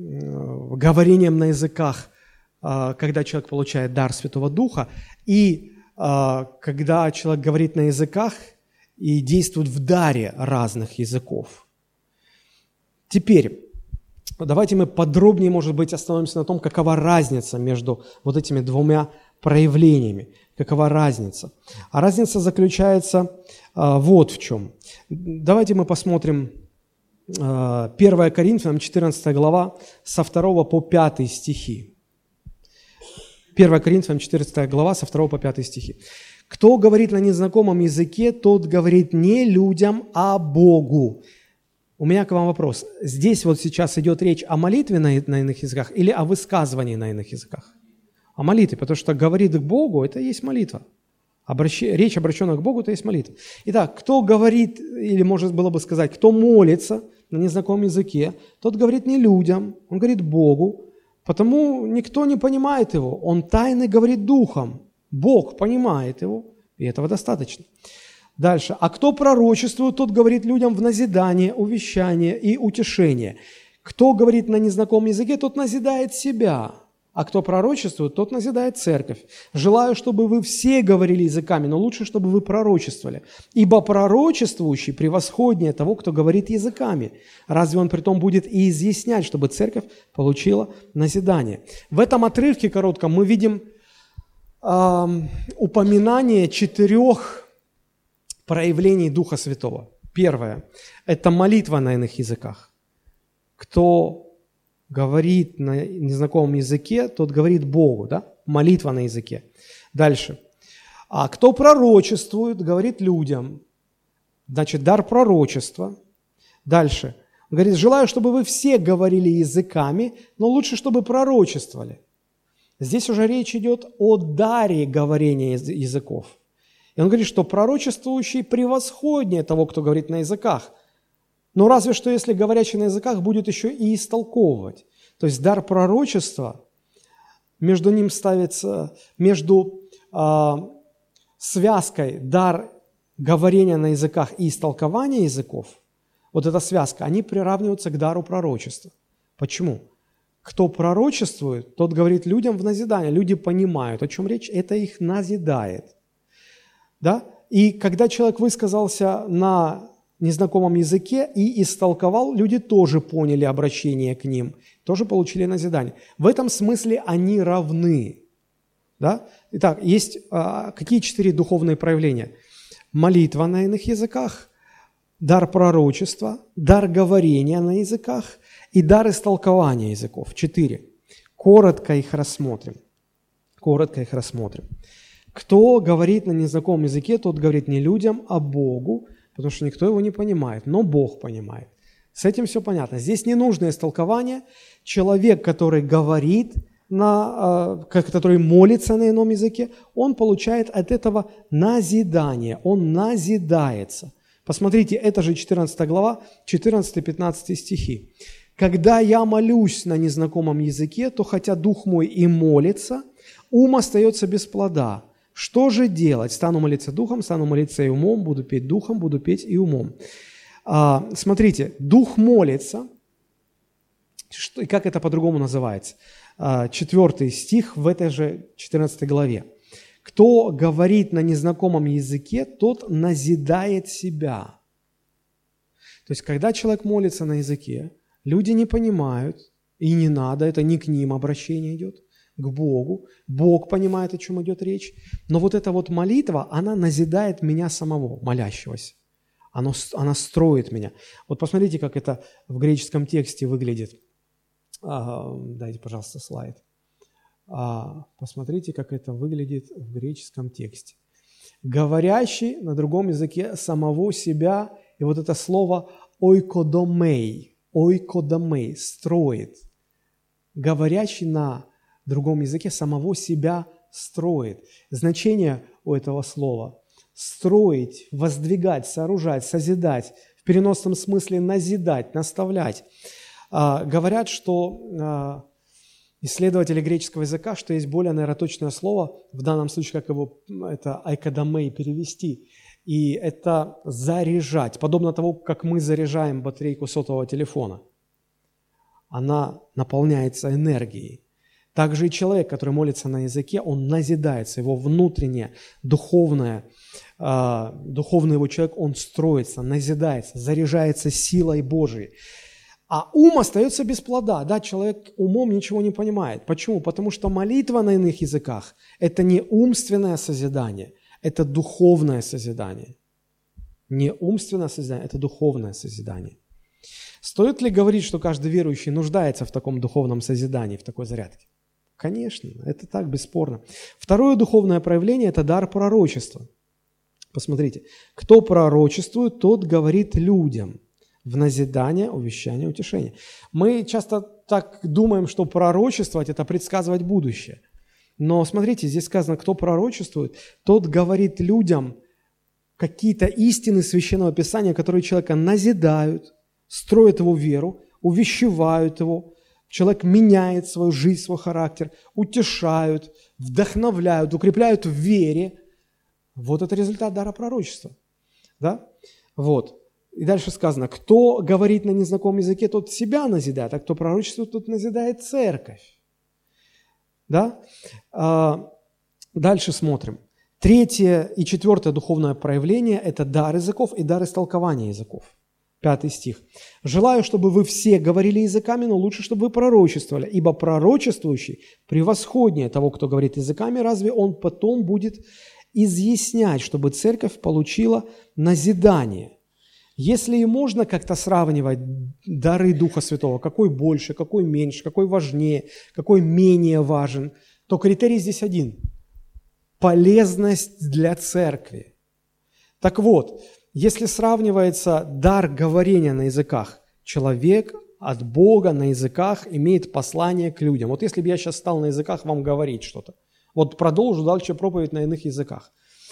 A: говорением на языках, когда человек получает дар Святого Духа, и когда человек говорит на языках и действует в даре разных языков. Теперь, давайте мы подробнее, может быть, остановимся на том, какова разница между вот этими двумя проявлениями. Какова разница? А разница заключается а, вот в чем. Давайте мы посмотрим а, первое Коринфянам, четырнадцатая глава, со второго по пятый стихи. первое Коринфянам, четырнадцатая глава, со второго по пятый стихи. «Кто говорит на незнакомом языке, тот говорит не людям, а Богу». У меня к вам вопрос. Здесь вот сейчас идет речь о молитве на, на иных языках или о высказывании на иных языках? О молитве, потому что говорит к Богу – это и есть молитва. Обращ... Речь, обращенная к Богу – это и есть молитва. Итак, кто говорит, или можно было бы сказать, кто молится на незнакомом языке, тот говорит не людям, он говорит Богу, потому никто не понимает его. Он тайно говорит духом. Бог понимает его, и этого достаточно. Дальше. А кто пророчествует, тот говорит людям в назидание, увещание и утешение. Кто говорит на незнакомом языке, тот назидает себя. А кто пророчествует, тот назидает церковь. Желаю, чтобы вы все говорили языками, но лучше, чтобы вы пророчествовали. Ибо пророчествующий превосходнее того, кто говорит языками. Разве он притом будет и изъяснять, чтобы церковь получила назидание? В этом отрывке коротком мы видим э, упоминание четырех проявлений Духа Святого. Первое – это молитва на иных языках. Кто говорит на незнакомом языке, тот говорит Богу, да? Молитва на языке. Дальше. А кто пророчествует, говорит людям. Значит, дар пророчества. Дальше. Он говорит, желаю, чтобы вы все говорили языками, но лучше, чтобы пророчествовали. Здесь уже речь идет о даре говорения языков. И он говорит, что пророчествующий превосходнее того, кто говорит на языках. Но разве что, если говорящий на языках будет еще и истолковывать. То есть дар пророчества, между ним ставится, между э, связкой дар говорения на языках и истолкования языков, вот эта связка, они приравниваются к дару пророчества. Почему? Кто пророчествует, тот говорит людям в назидание. Люди понимают, о чем речь, это их назидает. Да? И когда человек высказался на незнакомом языке и истолковал, люди тоже поняли обращение к ним, тоже получили назидание. В этом смысле они равны. Да? Итак, есть а, какие четыре духовные проявления? Молитва на иных языках, дар пророчества, дар говорения на языках и дар истолкования языков. Четыре. Коротко их рассмотрим. Коротко их рассмотрим. Кто говорит на незнакомом языке, тот говорит не людям, а Богу, потому что никто его не понимает, но Бог понимает. С этим все понятно. Здесь не нужно истолкование. Человек, который говорит, на, который молится на ином языке, он получает от этого назидание, он назидается. Посмотрите, это же четырнадцатая глава, четырнадцатый-пятнадцатый стихи. «Когда я молюсь на незнакомом языке, то хотя дух мой и молится, ум остается без плода. Что же делать? Стану молиться духом, стану молиться и умом, буду петь духом, буду петь и умом». А, смотрите, дух молится, что, и как это по-другому называется? А, четвертый стих в этой же четырнадцатой главе. «Кто говорит на незнакомом языке, тот назидает себя». То есть, когда человек молится на языке, люди не понимают, и не надо, это не к ним обращение идет, к Богу. Бог понимает, о чем идет речь. Но вот эта вот молитва, она назидает меня самого, молящегося. Она, она строит меня. Вот посмотрите, как это в греческом тексте выглядит. А, дайте, пожалуйста, слайд. А, посмотрите, как это выглядит в греческом тексте. Говорящий на другом языке самого себя, и вот это слово ойкодомей, ойкодомей, строит. Говорящий на в другом языке самого себя строит. Значение у этого слова – строить, воздвигать, сооружать, созидать, в переносном смысле назидать, наставлять. А, говорят, что а, исследователи греческого языка, что есть более, наверное, точное слово, в данном случае, как его это айкодомей перевести, и это заряжать, подобно тому, как мы заряжаем батарейку сотового телефона. она наполняется энергией. Также и человек, который молится на языке, он назидается, его внутреннее, духовное, э, духовный его человек, он строится, назидается, заряжается силой Божией. А ум остается без плода. Да, человек умом ничего не понимает. Почему? Потому что молитва на иных языках – это не умственное созидание, это духовное созидание. Не умственное созидание, это духовное созидание. Стоит ли говорить, что каждый верующий нуждается в таком духовном созидании, в такой зарядке? Конечно, это так, бесспорно. Второе духовное проявление – это дар пророчества. Посмотрите, кто пророчествует, тот говорит людям в назидание, увещание, утешение. Мы часто так думаем, что пророчествовать – это предсказывать будущее. Но смотрите, здесь сказано, кто пророчествует, тот говорит людям какие-то истины Священного Писания, которые человека назидают, строят его веру, увещевают его. Человек меняет свою жизнь, свой характер, утешают, вдохновляют, укрепляют в вере. Вот это результат дара пророчества. Да? Вот. И дальше сказано, кто говорит на незнакомом языке, тот себя назидает, а кто пророчествует, тот назидает церковь. Да? А, дальше смотрим. Третье и четвертое духовное проявление – это дар языков и дар истолкования языков. Пятый стих. «Желаю, чтобы вы все говорили языками, но лучше, чтобы вы пророчествовали, ибо пророчествующий превосходнее того, кто говорит языками, разве он потом будет изъяснять, чтобы церковь получила назидание?» Если и можно как-то сравнивать дары Духа Святого, какой больше, какой меньше, какой важнее, какой менее важен, то критерий здесь один – полезность для церкви. Так вот, если сравнивается дар говорения на языках, человек от Бога на языках имеет послание к людям. Вот если бы я сейчас стал на языках вам говорить что-то, вот продолжу дальше проповедь на иных языках,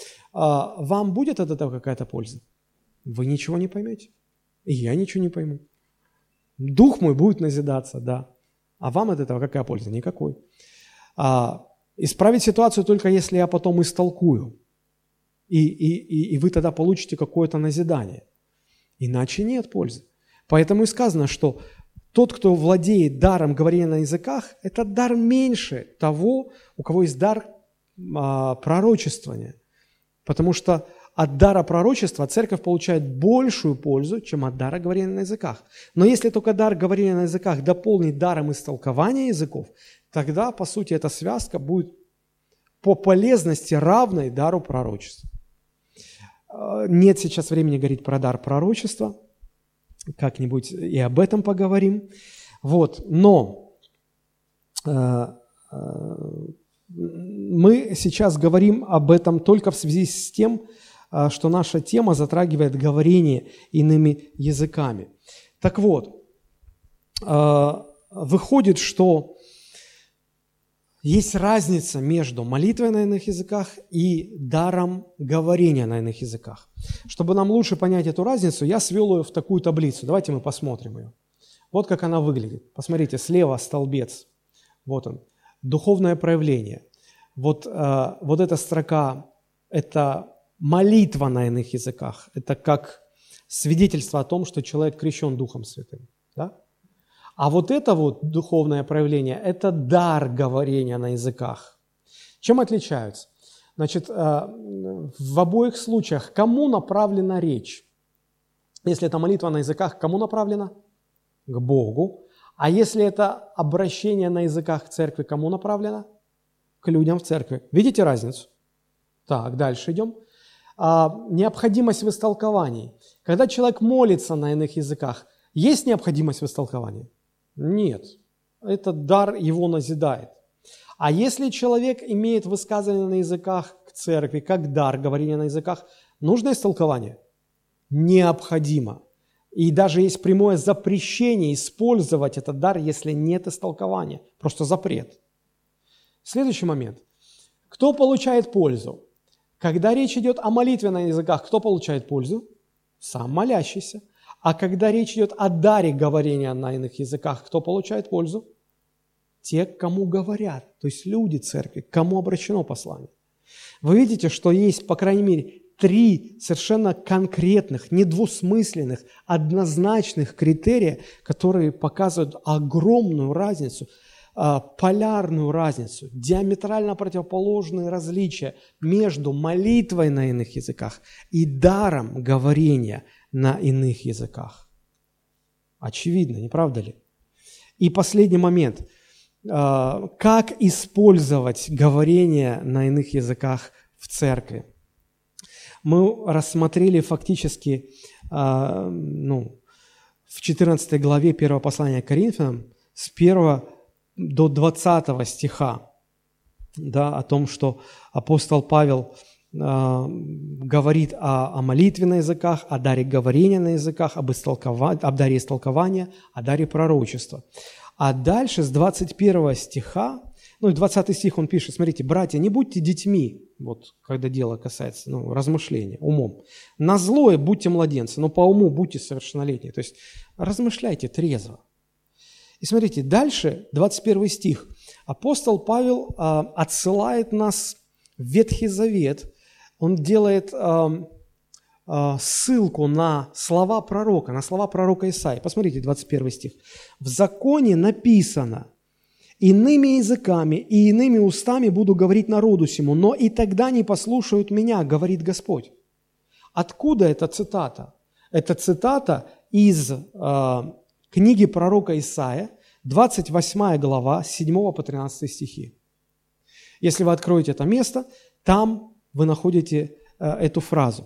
A: вам будет от этого какая-то польза? Вы ничего не поймете. И я ничего не пойму. Дух мой будет назидаться, да. А вам от этого какая польза? Никакой. А, исправить ситуацию только если я потом истолкую. И, и, и, и вы тогда получите какое-то назидание. Иначе нет пользы. Поэтому и сказано, что тот, кто владеет даром говорения на языках, это дар меньше того, у кого есть дар а, пророчествования. Потому что от дара пророчества церковь получает большую пользу, чем от дара говорения на языках. Но если только дар говорения на языках дополнить даром истолкования языков, тогда, по сути, эта связка будет по полезности равной дару пророчества. Нет сейчас времени говорить про дар пророчества, как-нибудь и об этом поговорим. Вот. Но э, э, мы сейчас говорим об этом только в связи с тем, что наша тема затрагивает говорение иными языками. Так вот, выходит, что есть разница между молитвой на иных языках и даром говорения на иных языках. Чтобы нам лучше понять эту разницу, я свел ее в такую таблицу. Давайте мы посмотрим ее. Вот как она выглядит. Посмотрите, слева столбец. Вот он. Духовное проявление. Вот, вот эта строка – это молитва на иных языках. Это как свидетельство о том, что человек крещен Духом Святым. Да? А вот это вот духовное проявление – это дар говорения на языках. Чем отличаются? Значит, в обоих случаях кому направлена речь? Если это молитва на языках, кому направлена? К Богу. А если это обращение на языках к церкви, кому направлено? К людям в церкви. Видите разницу? Так, дальше идем. А, необходимость в истолковании. Когда человек молится на иных языках, есть необходимость в истолковании? Нет. Этот дар его назидает. А если человек имеет высказывание на языках к церкви, как дар говорения на языках, нужно истолкование? Необходимо. И даже есть прямое запрещение использовать этот дар, если нет истолкования. Просто запрет. Следующий момент. Кто получает пользу? Когда речь идет о молитве на языках, кто получает пользу? Сам молящийся. А когда речь идет о даре говорения на иных языках, кто получает пользу? Те, кому говорят, то есть люди церкви, к кому обращено послание. Вы видите, что есть, по крайней мере, три совершенно конкретных, недвусмысленных, однозначных критерия, которые показывают огромную разницу, полярную разницу, диаметрально противоположные различия между молитвой на иных языках и даром говорения на иных языках. Очевидно, не правда ли? И последний момент. Как использовать говорение на иных языках в церкви? Мы рассмотрели фактически ну, в четырнадцатой главе первого послания к Коринфянам с первого до двадцатого стиха, да, о том, что апостол Павел э, говорит о, о молитве на языках, о даре говорения на языках, об, истолкова... об даре истолкования, о даре пророчества. А дальше с двадцать первого стиха, ну и двадцатый стих он пишет, смотрите, братья, не будьте детьми, вот когда дело касается ну, размышления умом. На злое будьте младенцы, но по уму будьте совершеннолетние. То есть размышляйте трезво. И смотрите, дальше, двадцать первый стих. Апостол Павел э, отсылает нас в Ветхий Завет. Он делает э, э, ссылку на слова пророка, на слова пророка Исаии. Посмотрите, двадцать первый стих. «В законе написано, иными языками и иными устами буду говорить народу сему, но и тогда не послушают меня, говорит Господь». Откуда эта цитата? Это цитата из... Э, книги пророка Исаия, двадцать восьмая глава, с седьмого по тринадцатый стихи. Если вы откроете это место, там вы находите э, эту фразу.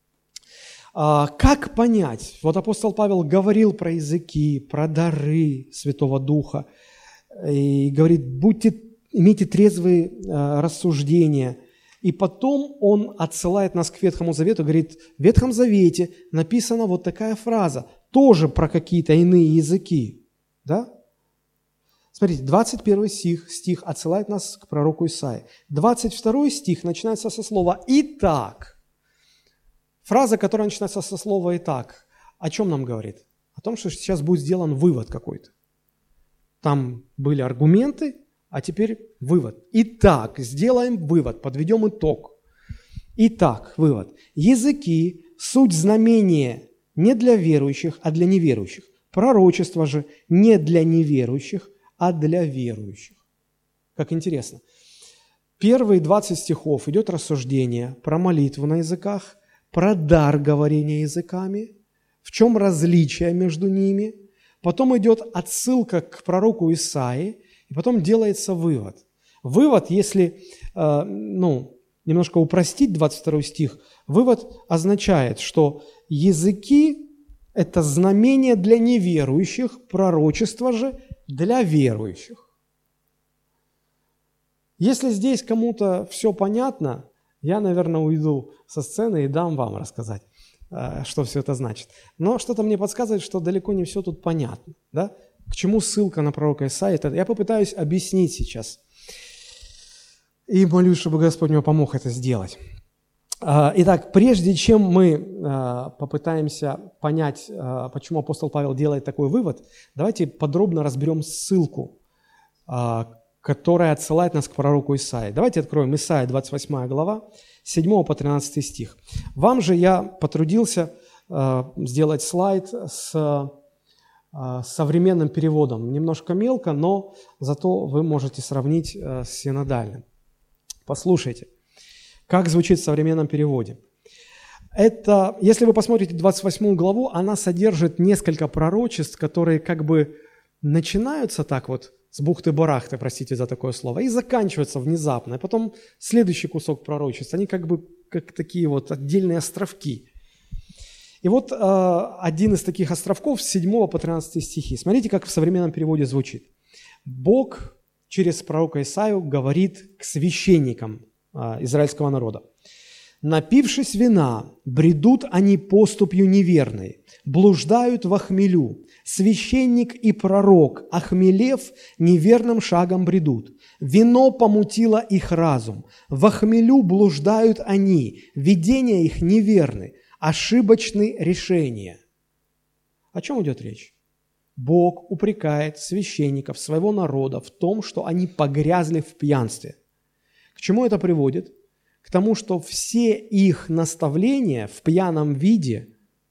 A: А, как понять? Вот апостол Павел говорил про языки, про дары Святого Духа, и говорит, будьте, имейте трезвые э, рассуждения. И потом он отсылает нас к Ветхому Завету, говорит, в Ветхом Завете написана вот такая фраза, тоже про какие-то иные языки. Да? Смотрите, двадцать первый стих, стих отсылает нас к пророку Исаии. двадцать второй стих начинается со слова «Итак». Фраза, которая начинается со слова «Итак», о чем нам говорит? О том, что сейчас будет сделан вывод какой-то. Там были аргументы, а теперь вывод. Итак, сделаем вывод, подведем итог. Итак, вывод. Языки – суть знамения не для верующих, а для неверующих. Пророчество же не для неверующих, а для верующих. Как интересно. Первые двадцать стихов идет рассуждение про молитву на языках, про дар говорения языками, в чем различие между ними. Потом идет отсылка к пророку Исаии, и потом делается вывод. Вывод, если э, ну, немножко упростить двадцать второй стих, вывод означает, что языки – это знамение для неверующих, пророчество же для верующих. Если здесь кому-то все понятно, я, наверное, уйду со сцены и дам вам рассказать, э, что все это значит. Но что-то мне подсказывает, что далеко не все тут понятно, да? К чему ссылка на пророка Исаии? Я попытаюсь объяснить сейчас. И молюсь, чтобы Господь мне помог это сделать. Итак, прежде чем мы попытаемся понять, почему апостол Павел делает такой вывод, давайте подробно разберем ссылку, которая отсылает нас к пророку Исаии. Давайте откроем Исаия, двадцать восьмая глава, с седьмого по тринадцатый стих. Вам же я потрудился сделать слайд с современным переводом. Немножко мелко, но зато вы можете сравнить с синодальным. Послушайте, как звучит в современном переводе. Это, если вы посмотрите двадцать восьмую главу, она содержит несколько пророчеств, которые как бы начинаются так вот с бухты-барахты, простите за такое слово, и заканчиваются внезапно. И потом следующий кусок пророчеств, они как бы как такие вот отдельные островки. И вот э, один из таких островков с седьмого по тринадцатый стихи. Смотрите, как в современном переводе звучит. Бог через пророка Исаию говорит к священникам э, израильского народа. «Напившись вина, бредут они поступью неверной, блуждают во хмелю. Священник и пророк, охмелев, неверным шагом бредут. Вино помутило их разум. Во хмелю блуждают они, видения их неверны. Ошибочные решения». О чем идет речь? Бог упрекает священников своего народа в том, что они погрязли в пьянстве. К чему это приводит? к тому, что все их наставления в пьяном виде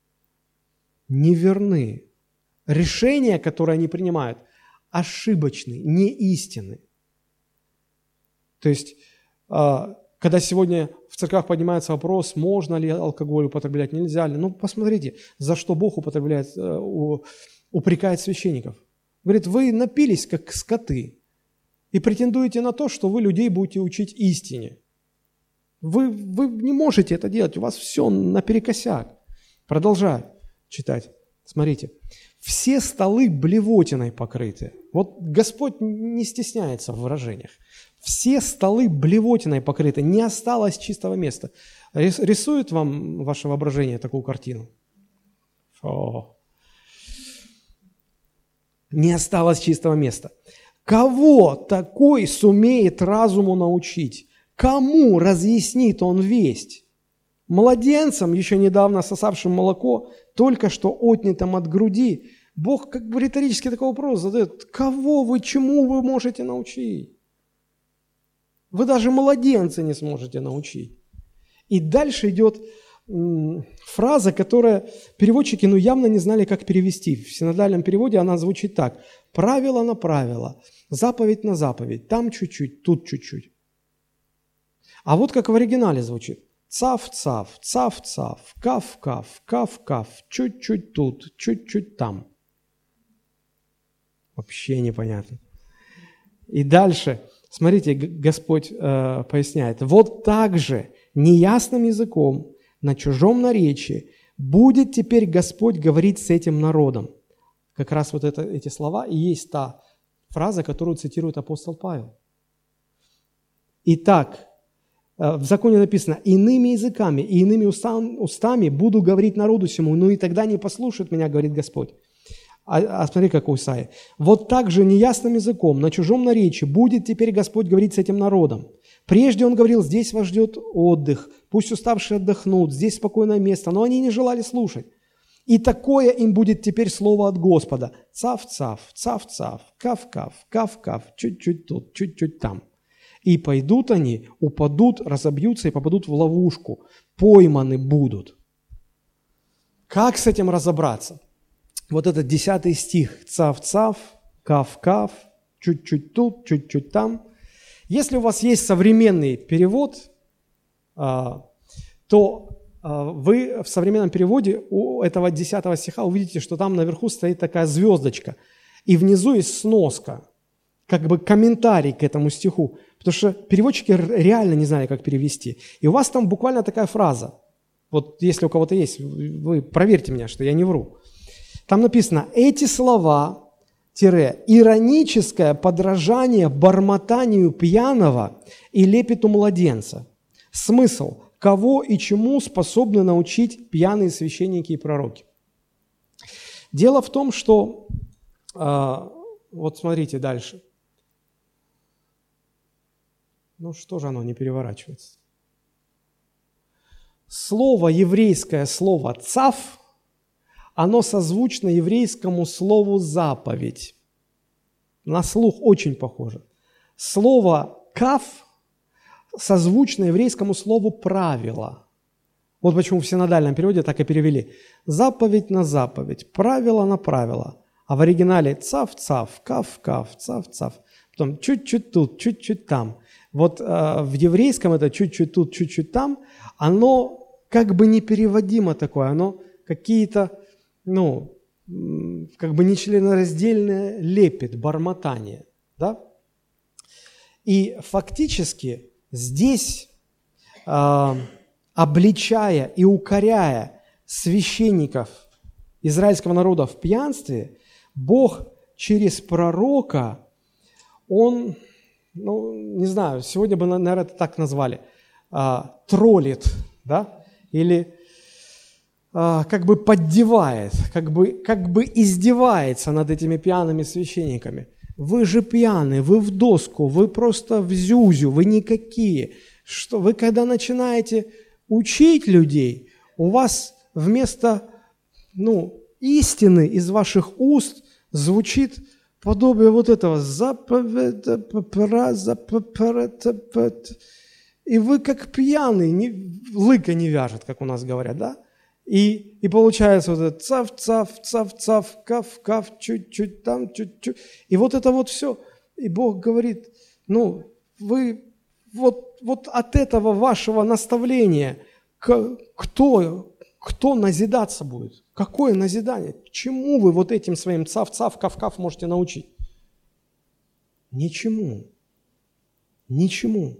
A: неверны. Решения, которые они принимают, ошибочны, не истинны. То есть, когда сегодня в церквях поднимается вопрос, можно ли алкоголь употреблять, нельзя ли, ну, посмотрите, за что Бог употребляет, упрекает священников. Говорит, вы напились, как скоты, и претендуете на то, что вы людей будете учить истине. Вы, вы не можете это делать, у вас все наперекосяк. Продолжаю читать. Смотрите. Все столы блевотиной покрыты. Вот Господь не стесняется в выражениях. Все столы блевотиной покрыты, не осталось чистого места. Рисует вам ваше воображение такую картину? О. Не осталось чистого места. Кого такой сумеет разуму научить? Кому разъяснит он весть? Младенцам, еще недавно сосавшим молоко, только что отнятым от груди, Бог как бы риторически такой вопрос задает. Кого вы, чему вы можете научить? Вы даже младенца не сможете научить. И дальше идет м, фраза, которая переводчики ну, явно не знали, как перевести. В синодальном переводе она звучит так. Правило на правило, заповедь на заповедь, там чуть-чуть, тут чуть-чуть. А вот как в оригинале звучит. Цав-цав, цав-цав, кав-кав, кав-кав, чуть-чуть тут, чуть-чуть там. Вообще непонятно. И дальше, смотрите, Господь э, поясняет. Вот так же неясным языком на чужом наречии будет теперь Господь говорить с этим народом. Как раз вот это, эти слова и есть та фраза, которую цитирует апостол Павел. Итак, в законе написано, иными языками и иными устами буду говорить народу сему, ну и тогда не послушают меня, говорит Господь. А, а смотри, как у Исаии. Вот так же неясным языком, на чужом наречии будет теперь Господь говорить с этим народом. Прежде Он говорил, здесь вас ждет отдых, пусть уставшие отдохнут, здесь спокойное место, но они не желали слушать. И такое им будет теперь слово от Господа. Цав-цав, цав-цав, кав-кав, кав-кав, чуть-чуть тут, чуть-чуть там. И пойдут они, упадут, разобьются и попадут в ловушку. Пойманы будут. Как с этим разобраться? Вот этот десятый стих. Цав-цав, кав-кав, чуть-чуть тут, чуть-чуть там. Если у вас есть современный перевод, то вы в современном переводе у этого десятого стиха увидите, что там наверху стоит такая звездочка. И внизу есть сноска, как бы комментарий к этому стиху. Потому что переводчики реально не знали, как перевести. И у вас там буквально такая фраза. Вот если у кого-то есть, вы проверьте меня, что я не вру. Там написано, эти слова, тире, ироническое подражание бормотанию пьяного и лепету младенца. Смысл, кого и чему способны научить пьяные священники и пророки. Дело в том, что, э, вот смотрите дальше. Ну что же оно не переворачивается? Слово, еврейское слово «цав», оно созвучно еврейскому слову «заповедь». На слух очень похоже. Слово «кав» созвучно еврейскому слову «правило». Вот почему в синодальном переводе так и перевели. Заповедь на заповедь, правило на правило. А в оригинале «цав-цав», «кав-кав», «цав-цав». Потом чуть-чуть тут, чуть-чуть там. Вот э, в еврейском это чуть-чуть тут, чуть-чуть там, оно как бы непереводимо такое, оно какие-то, ну, как бы нечленораздельное лепет, бормотание, да? И фактически здесь, э, обличая и укоряя священников израильского народа в пьянстве, Бог через пророка, Он... ну, не знаю, сегодня бы, наверное, это так назвали, а, троллит, да, или а, как бы поддевает, как бы, как бы издевается над этими пьяными священниками. Вы же пьяные, вы в доску, вы просто в зюзю, вы никакие. Что вы, когда начинаете учить людей, у вас вместо, ну, истины из ваших уст звучит подобие вот этого заповедь, и вы как пьяный, не, лыка не вяжет, как у нас говорят, да? И, и получается вот это цав-цав, цав-цав, кав-кав, чуть-чуть там, чуть-чуть. И вот это вот все. И Бог говорит, ну, вы вот, вот от этого вашего наставления кто, кто назидаться будет? Какое назидание? Чему вы вот этим своим цав-цав, кав-кав можете научить? Ничему. Ничему.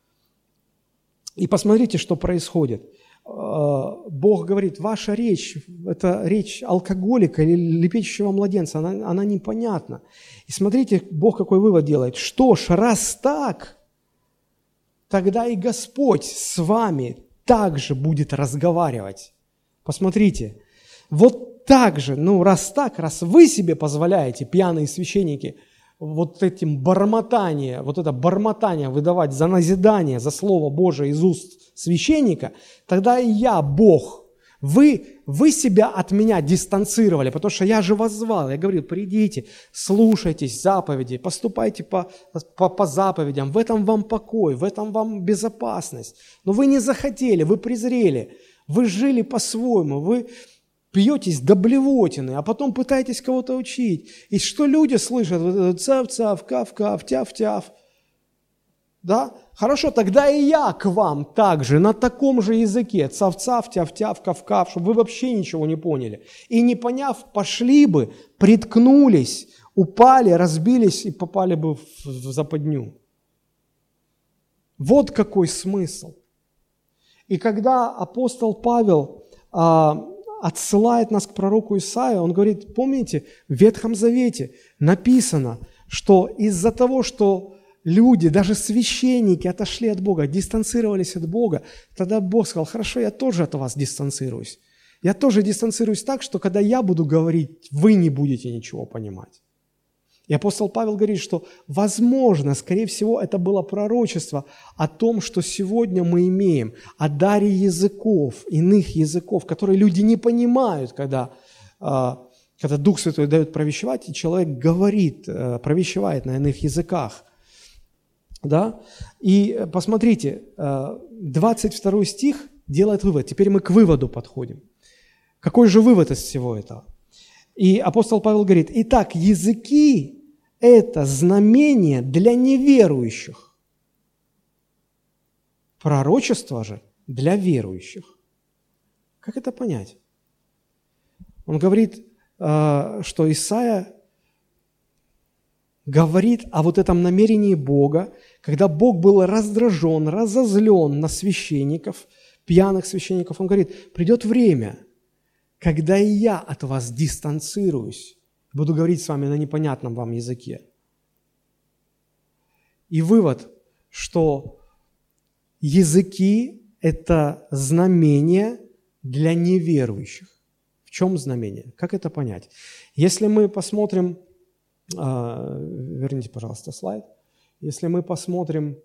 A: И посмотрите, что происходит. Бог говорит, ваша речь, это речь алкоголика или лепечущего младенца, она, она непонятна. И смотрите, Бог какой вывод делает. Что ж, раз так, тогда и Господь с вами также будет разговаривать. Посмотрите, вот так же, ну раз так, раз вы себе позволяете, пьяные священники, вот этим бормотание, вот это бормотание выдавать за назидание, за Слово Божие из уст священника, тогда и я, Бог, вы, вы себя от меня дистанцировали, потому что я же вас звал, я говорил, придите, слушайтесь заповедей, поступайте по, по, по заповедям, в этом вам покой, в этом вам безопасность. Но вы не захотели, вы презрели, вы жили по-своему, вы пьетесь до блевотины, а потом пытаетесь кого-то учить. И что люди слышат? Цав-цав, кав-кав, тяв-тяв. Да? Хорошо, тогда и я к вам также, на таком же языке. Цав-цав, тяв-тяв, кав-кав, чтобы вы вообще ничего не поняли. И не поняв, пошли бы, приткнулись, упали, разбились и попали бы в западню. Вот какой смысл. И когда апостол Павел а, отсылает нас к пророку Исаии, он говорит, помните, в Ветхом Завете написано, что из-за того, что люди, даже священники отошли от Бога, дистанцировались от Бога, тогда Бог сказал, хорошо, я тоже от вас дистанцируюсь. Я тоже дистанцируюсь так, что когда я буду говорить, вы не будете ничего понимать. И апостол Павел говорит, что, возможно, скорее всего, это было пророчество о том, что сегодня мы имеем, о даре языков, иных языков, которые люди не понимают, когда, когда Дух Святой дает провещевать, и человек говорит, провещевает на иных языках. Да? И посмотрите, двадцать второй стих делает вывод. Теперь мы к выводу подходим. Какой же вывод из всего этого? И апостол Павел говорит, итак, языки – это знамение для неверующих. Пророчество же для верующих. Как это понять? Он говорит, что Исаия говорит о вот этом намерении Бога, когда Бог был раздражен, разозлен на священников, пьяных священников. Он говорит, придет время, когда и я от вас дистанцируюсь, буду говорить с вами на непонятном вам языке. И вывод, что языки – это знамение для неверующих. В чем знамение? Как это понять? Если мы посмотрим, верните, пожалуйста, слайд. Если мы посмотрим,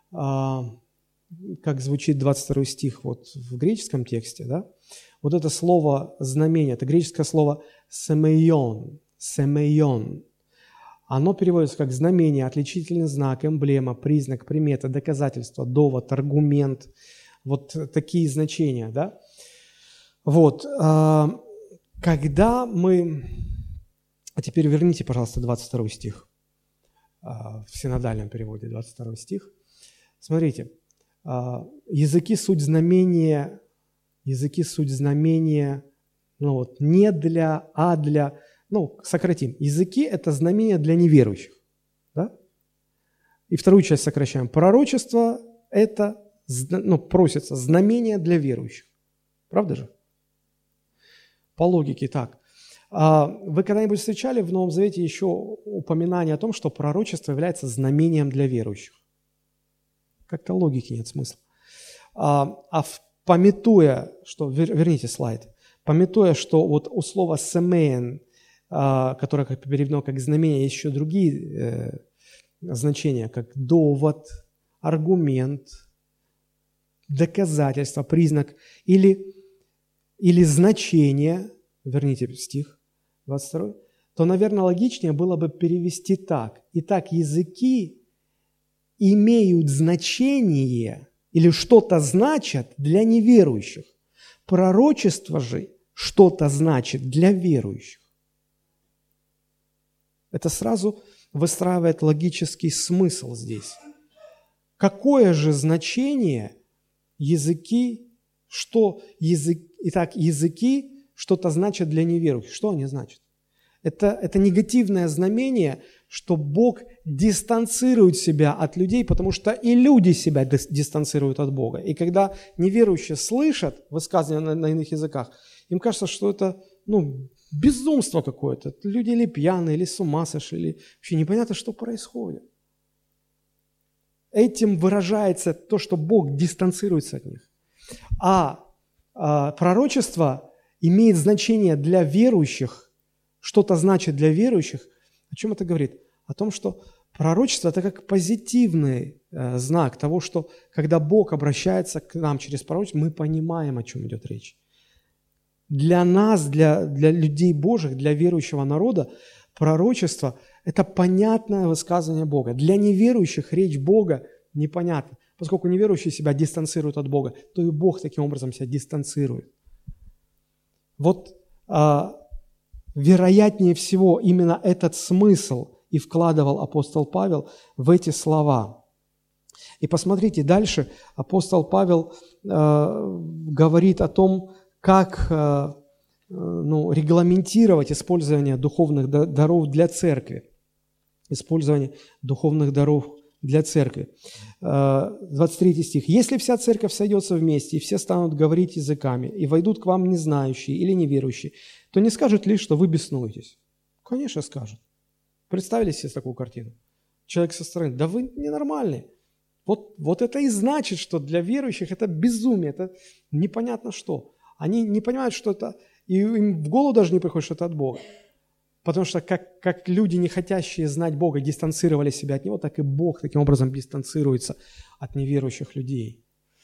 A: как звучит двадцать второй стих вот в греческом тексте, да, вот это слово «знамение», это греческое слово «семейон», «семейон». Оно переводится как знамение, отличительный знак, эмблема, признак, примета, доказательство, довод, аргумент. Вот такие значения, да. Вот. Когда мы... А теперь верните, пожалуйста, двадцать второй стих. В синодальном переводе двадцать второй стих. Смотрите. Языки – суть знамения... Языки – суть знамения, ну вот, не для, а для, ну, сократим. Языки – это знамение для неверующих, да? И вторую часть сокращаем. Пророчество – это, ну, просится знамение для верующих. Правда же? По логике так. Вы когда-нибудь встречали в Новом Завете еще упоминание о том, что пророчество является знамением для верующих? Как-то логики нет смысла. А в Пометуя, что, верните слайд, пометуя, что вот у слова «семейн», которое как переведено как знамение, есть еще другие э, значения, как довод, аргумент, доказательство, признак или, или значение, верните стих двадцать второй, то, наверное, логичнее было бы перевести так. Итак, языки имеют значение или что-то значат для неверующих. Пророчество же что-то значит для верующих. Это сразу выстраивает логический смысл здесь. Какое же значение языки, что язык, итак, языки что-то значат для неверующих? Что они значат? Это, это негативное знамение, что Бог дистанцирует себя от людей, потому что и люди себя дистанцируют от Бога. И когда неверующие слышат высказывания на, на иных языках, им кажется, что это ну, безумство какое-то. Люди или пьяные, или с ума сошли, или вообще непонятно, что происходит. Этим выражается то, что Бог дистанцируется от них. А, а пророчество имеет значение для верующих, что-то значит для верующих. О чем это говорит? О том, что пророчество – это как позитивный э, знак того, что когда Бог обращается к нам через пророчество, мы понимаем, о чем идет речь. Для нас, для, для людей Божьих, для верующего народа, пророчество – это понятное высказывание Бога. Для неверующих речь Бога непонятна. Поскольку неверующие себя дистанцируют от Бога, то и Бог таким образом себя дистанцирует. Вот а, вероятнее всего именно этот смысл и вкладывал апостол Павел в эти слова. И посмотрите, дальше апостол Павел э, говорит о том, как э, ну, регламентировать использование духовных даров для церкви. Использование духовных даров для церкви. двадцать третий стих. «Если вся церковь сойдется вместе, и все станут говорить языками, и войдут к вам незнающие или неверующие, то не скажут ли, что вы беснуетесь?» Конечно, скажут. Представили себе такую картину? Человек со стороны: да вы ненормальные. Вот, вот это и значит, что для верующих это безумие, это непонятно что. Они не понимают, что это, и им в голову даже не приходит, что это от Бога. Потому что как, как люди, не хотящие знать Бога, дистанцировали себя от Него, так и Бог таким образом дистанцируется от неверующих людей.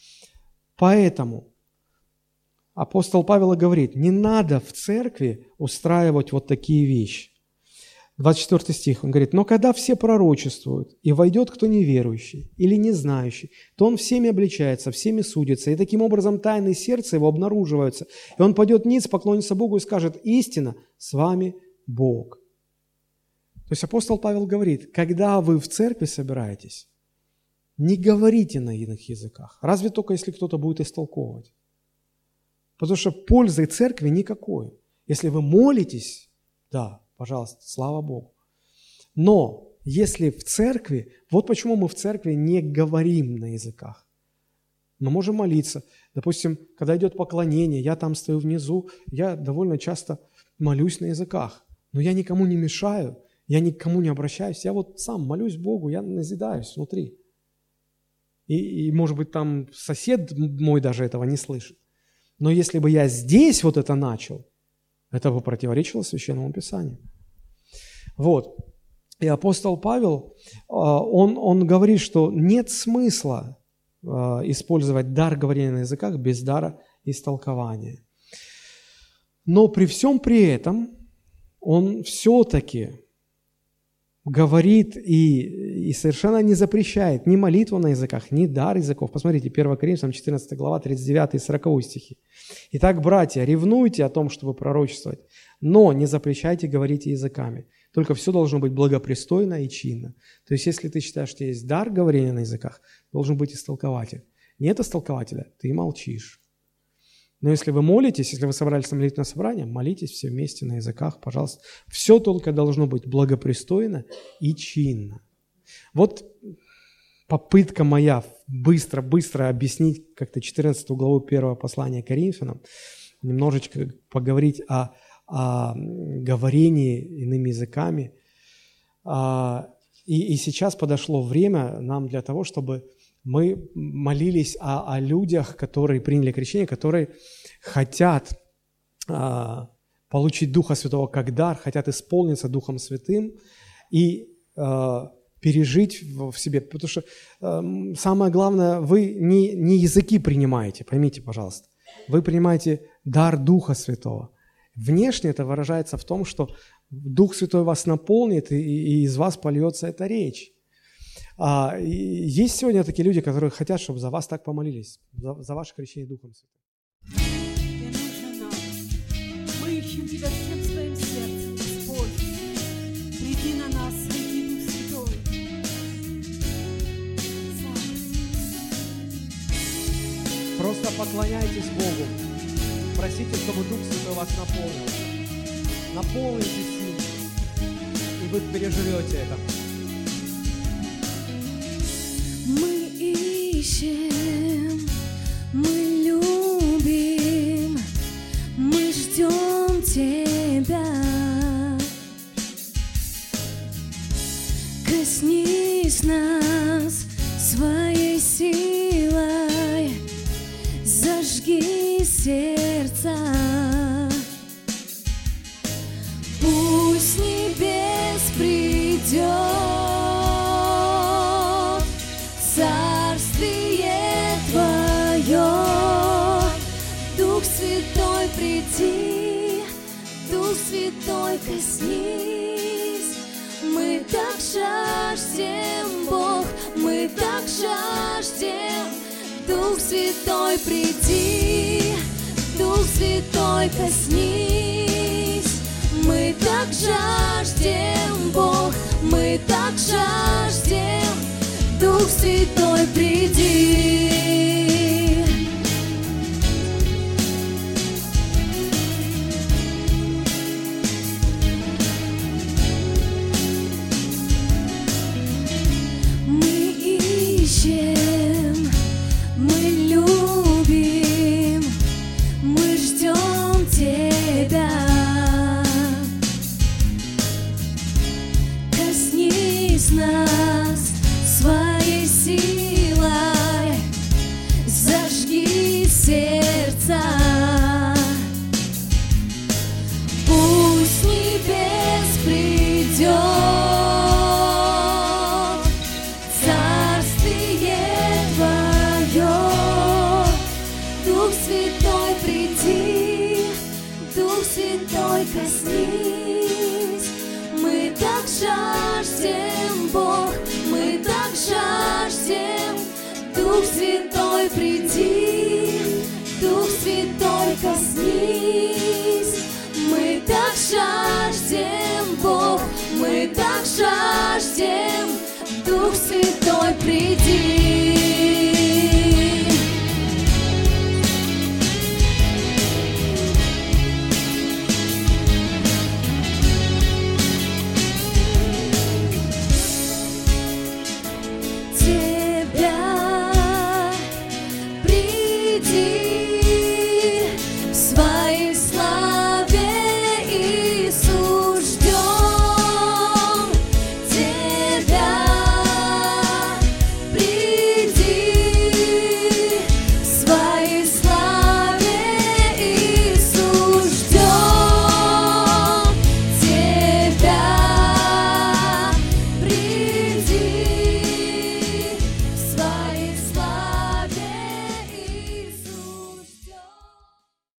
A: Поэтому апостол Павел говорит, не надо в церкви устраивать вот такие вещи. двадцать четвёртый стих, он говорит, «Но когда все пророчествуют, и войдет кто неверующий или не знающий, то он всеми обличается, всеми судится, и таким образом тайны сердца его обнаруживаются, и он пойдет ниц, поклонится Богу и скажет, истина, с вами Бог». То есть апостол Павел говорит, когда вы в церкви собираетесь, не говорите на иных языках, разве только если кто-то будет истолковывать. Потому что пользы церкви никакой. Если вы молитесь, да, пожалуйста, слава Богу. Но если в церкви, вот почему мы в церкви не говорим на языках. Мы можем молиться. Допустим, когда идет поклонение, я там стою внизу, я довольно часто молюсь на языках. Но я никому не мешаю, я никому не обращаюсь. Я вот сам молюсь Богу, я назидаюсь внутри. И, и может быть, там сосед мой даже этого не слышит. Но если бы я здесь вот это начал, это бы противоречило Священному Писанию. Вот. И апостол Павел, он, он говорит, что нет смысла использовать дар говорения на языках без дара истолкования. Но при всем при этом он все-таки говорит и, и совершенно не запрещает ни молитву на языках, ни дар языков. Посмотрите, первое Коринфянам четырнадцатая глава, тридцать девятый и сороковой стихи. «Итак, братья, ревнуйте о том, чтобы пророчествовать, но не запрещайте говорить языками. Только все должно быть благопристойно и чинно». То есть, если ты считаешь, что есть дар говорения на языках, должен быть истолкователь. Нет истолкователя, ты молчишь. Но если вы молитесь, если вы собрались на молитвенное собрание, молитесь все вместе на языках, пожалуйста. Все только должно быть благопристойно и чинно. Вот попытка моя быстро-быстро объяснить как-то четырнадцатую главу первого послания Коринфянам, немножечко поговорить о, о говорении иными языками. И, и сейчас подошло время нам для того, чтобы мы молились о, о людях, которые приняли крещение, которые хотят а, получить Духа Святого как дар, хотят исполниться Духом Святым и а, пережить в, в себе. Потому что а, самое главное, вы не, не языки принимаете, поймите, пожалуйста. Вы принимаете дар Духа Святого. Внешне это выражается в том, что Дух Святой вас наполнит, и, и из вас польется эта речь. А, и есть сегодня такие люди, которые хотят, чтобы за вас так помолились, за, за ваше крещение Духом Святым.
B: Тебе нужен нам. Мы ищем Тебя всем своим сердцем, Господь. Приди на нас, Святый Дух Святой.
A: Просто поклоняйтесь Богу. Просите, чтобы Дух Святой вас наполнил. Наполнитесь им, и вы переживете это.
C: Мы ищем, мы любим, мы ждем Тебя. Коснись нас своей силой, зажги сердца. Пусть с небес придет Царствие Твое. Дух Святой, приди, Дух Святой, коснись. Мы так жаждем, Бог, мы так жаждем. Дух Святой, приди, Дух Святой, коснись. Мы так жаждем, Бог, мы так жаждем. Дух Святой, приди. Мы ищем, мы любим, мы ждем Тебя. Коснись нас своей силой, зажги сердца. Пусть с небес придет Царствие Твое. Дух Святой, приди, Дух Святой, коснись. Мы так жаждем, Бог, мы так жаждем. Дух Святой, приди, Дух Святой, коснись. Мы так жаждем, Бог, мы так жаждем. Дух Святой, приди.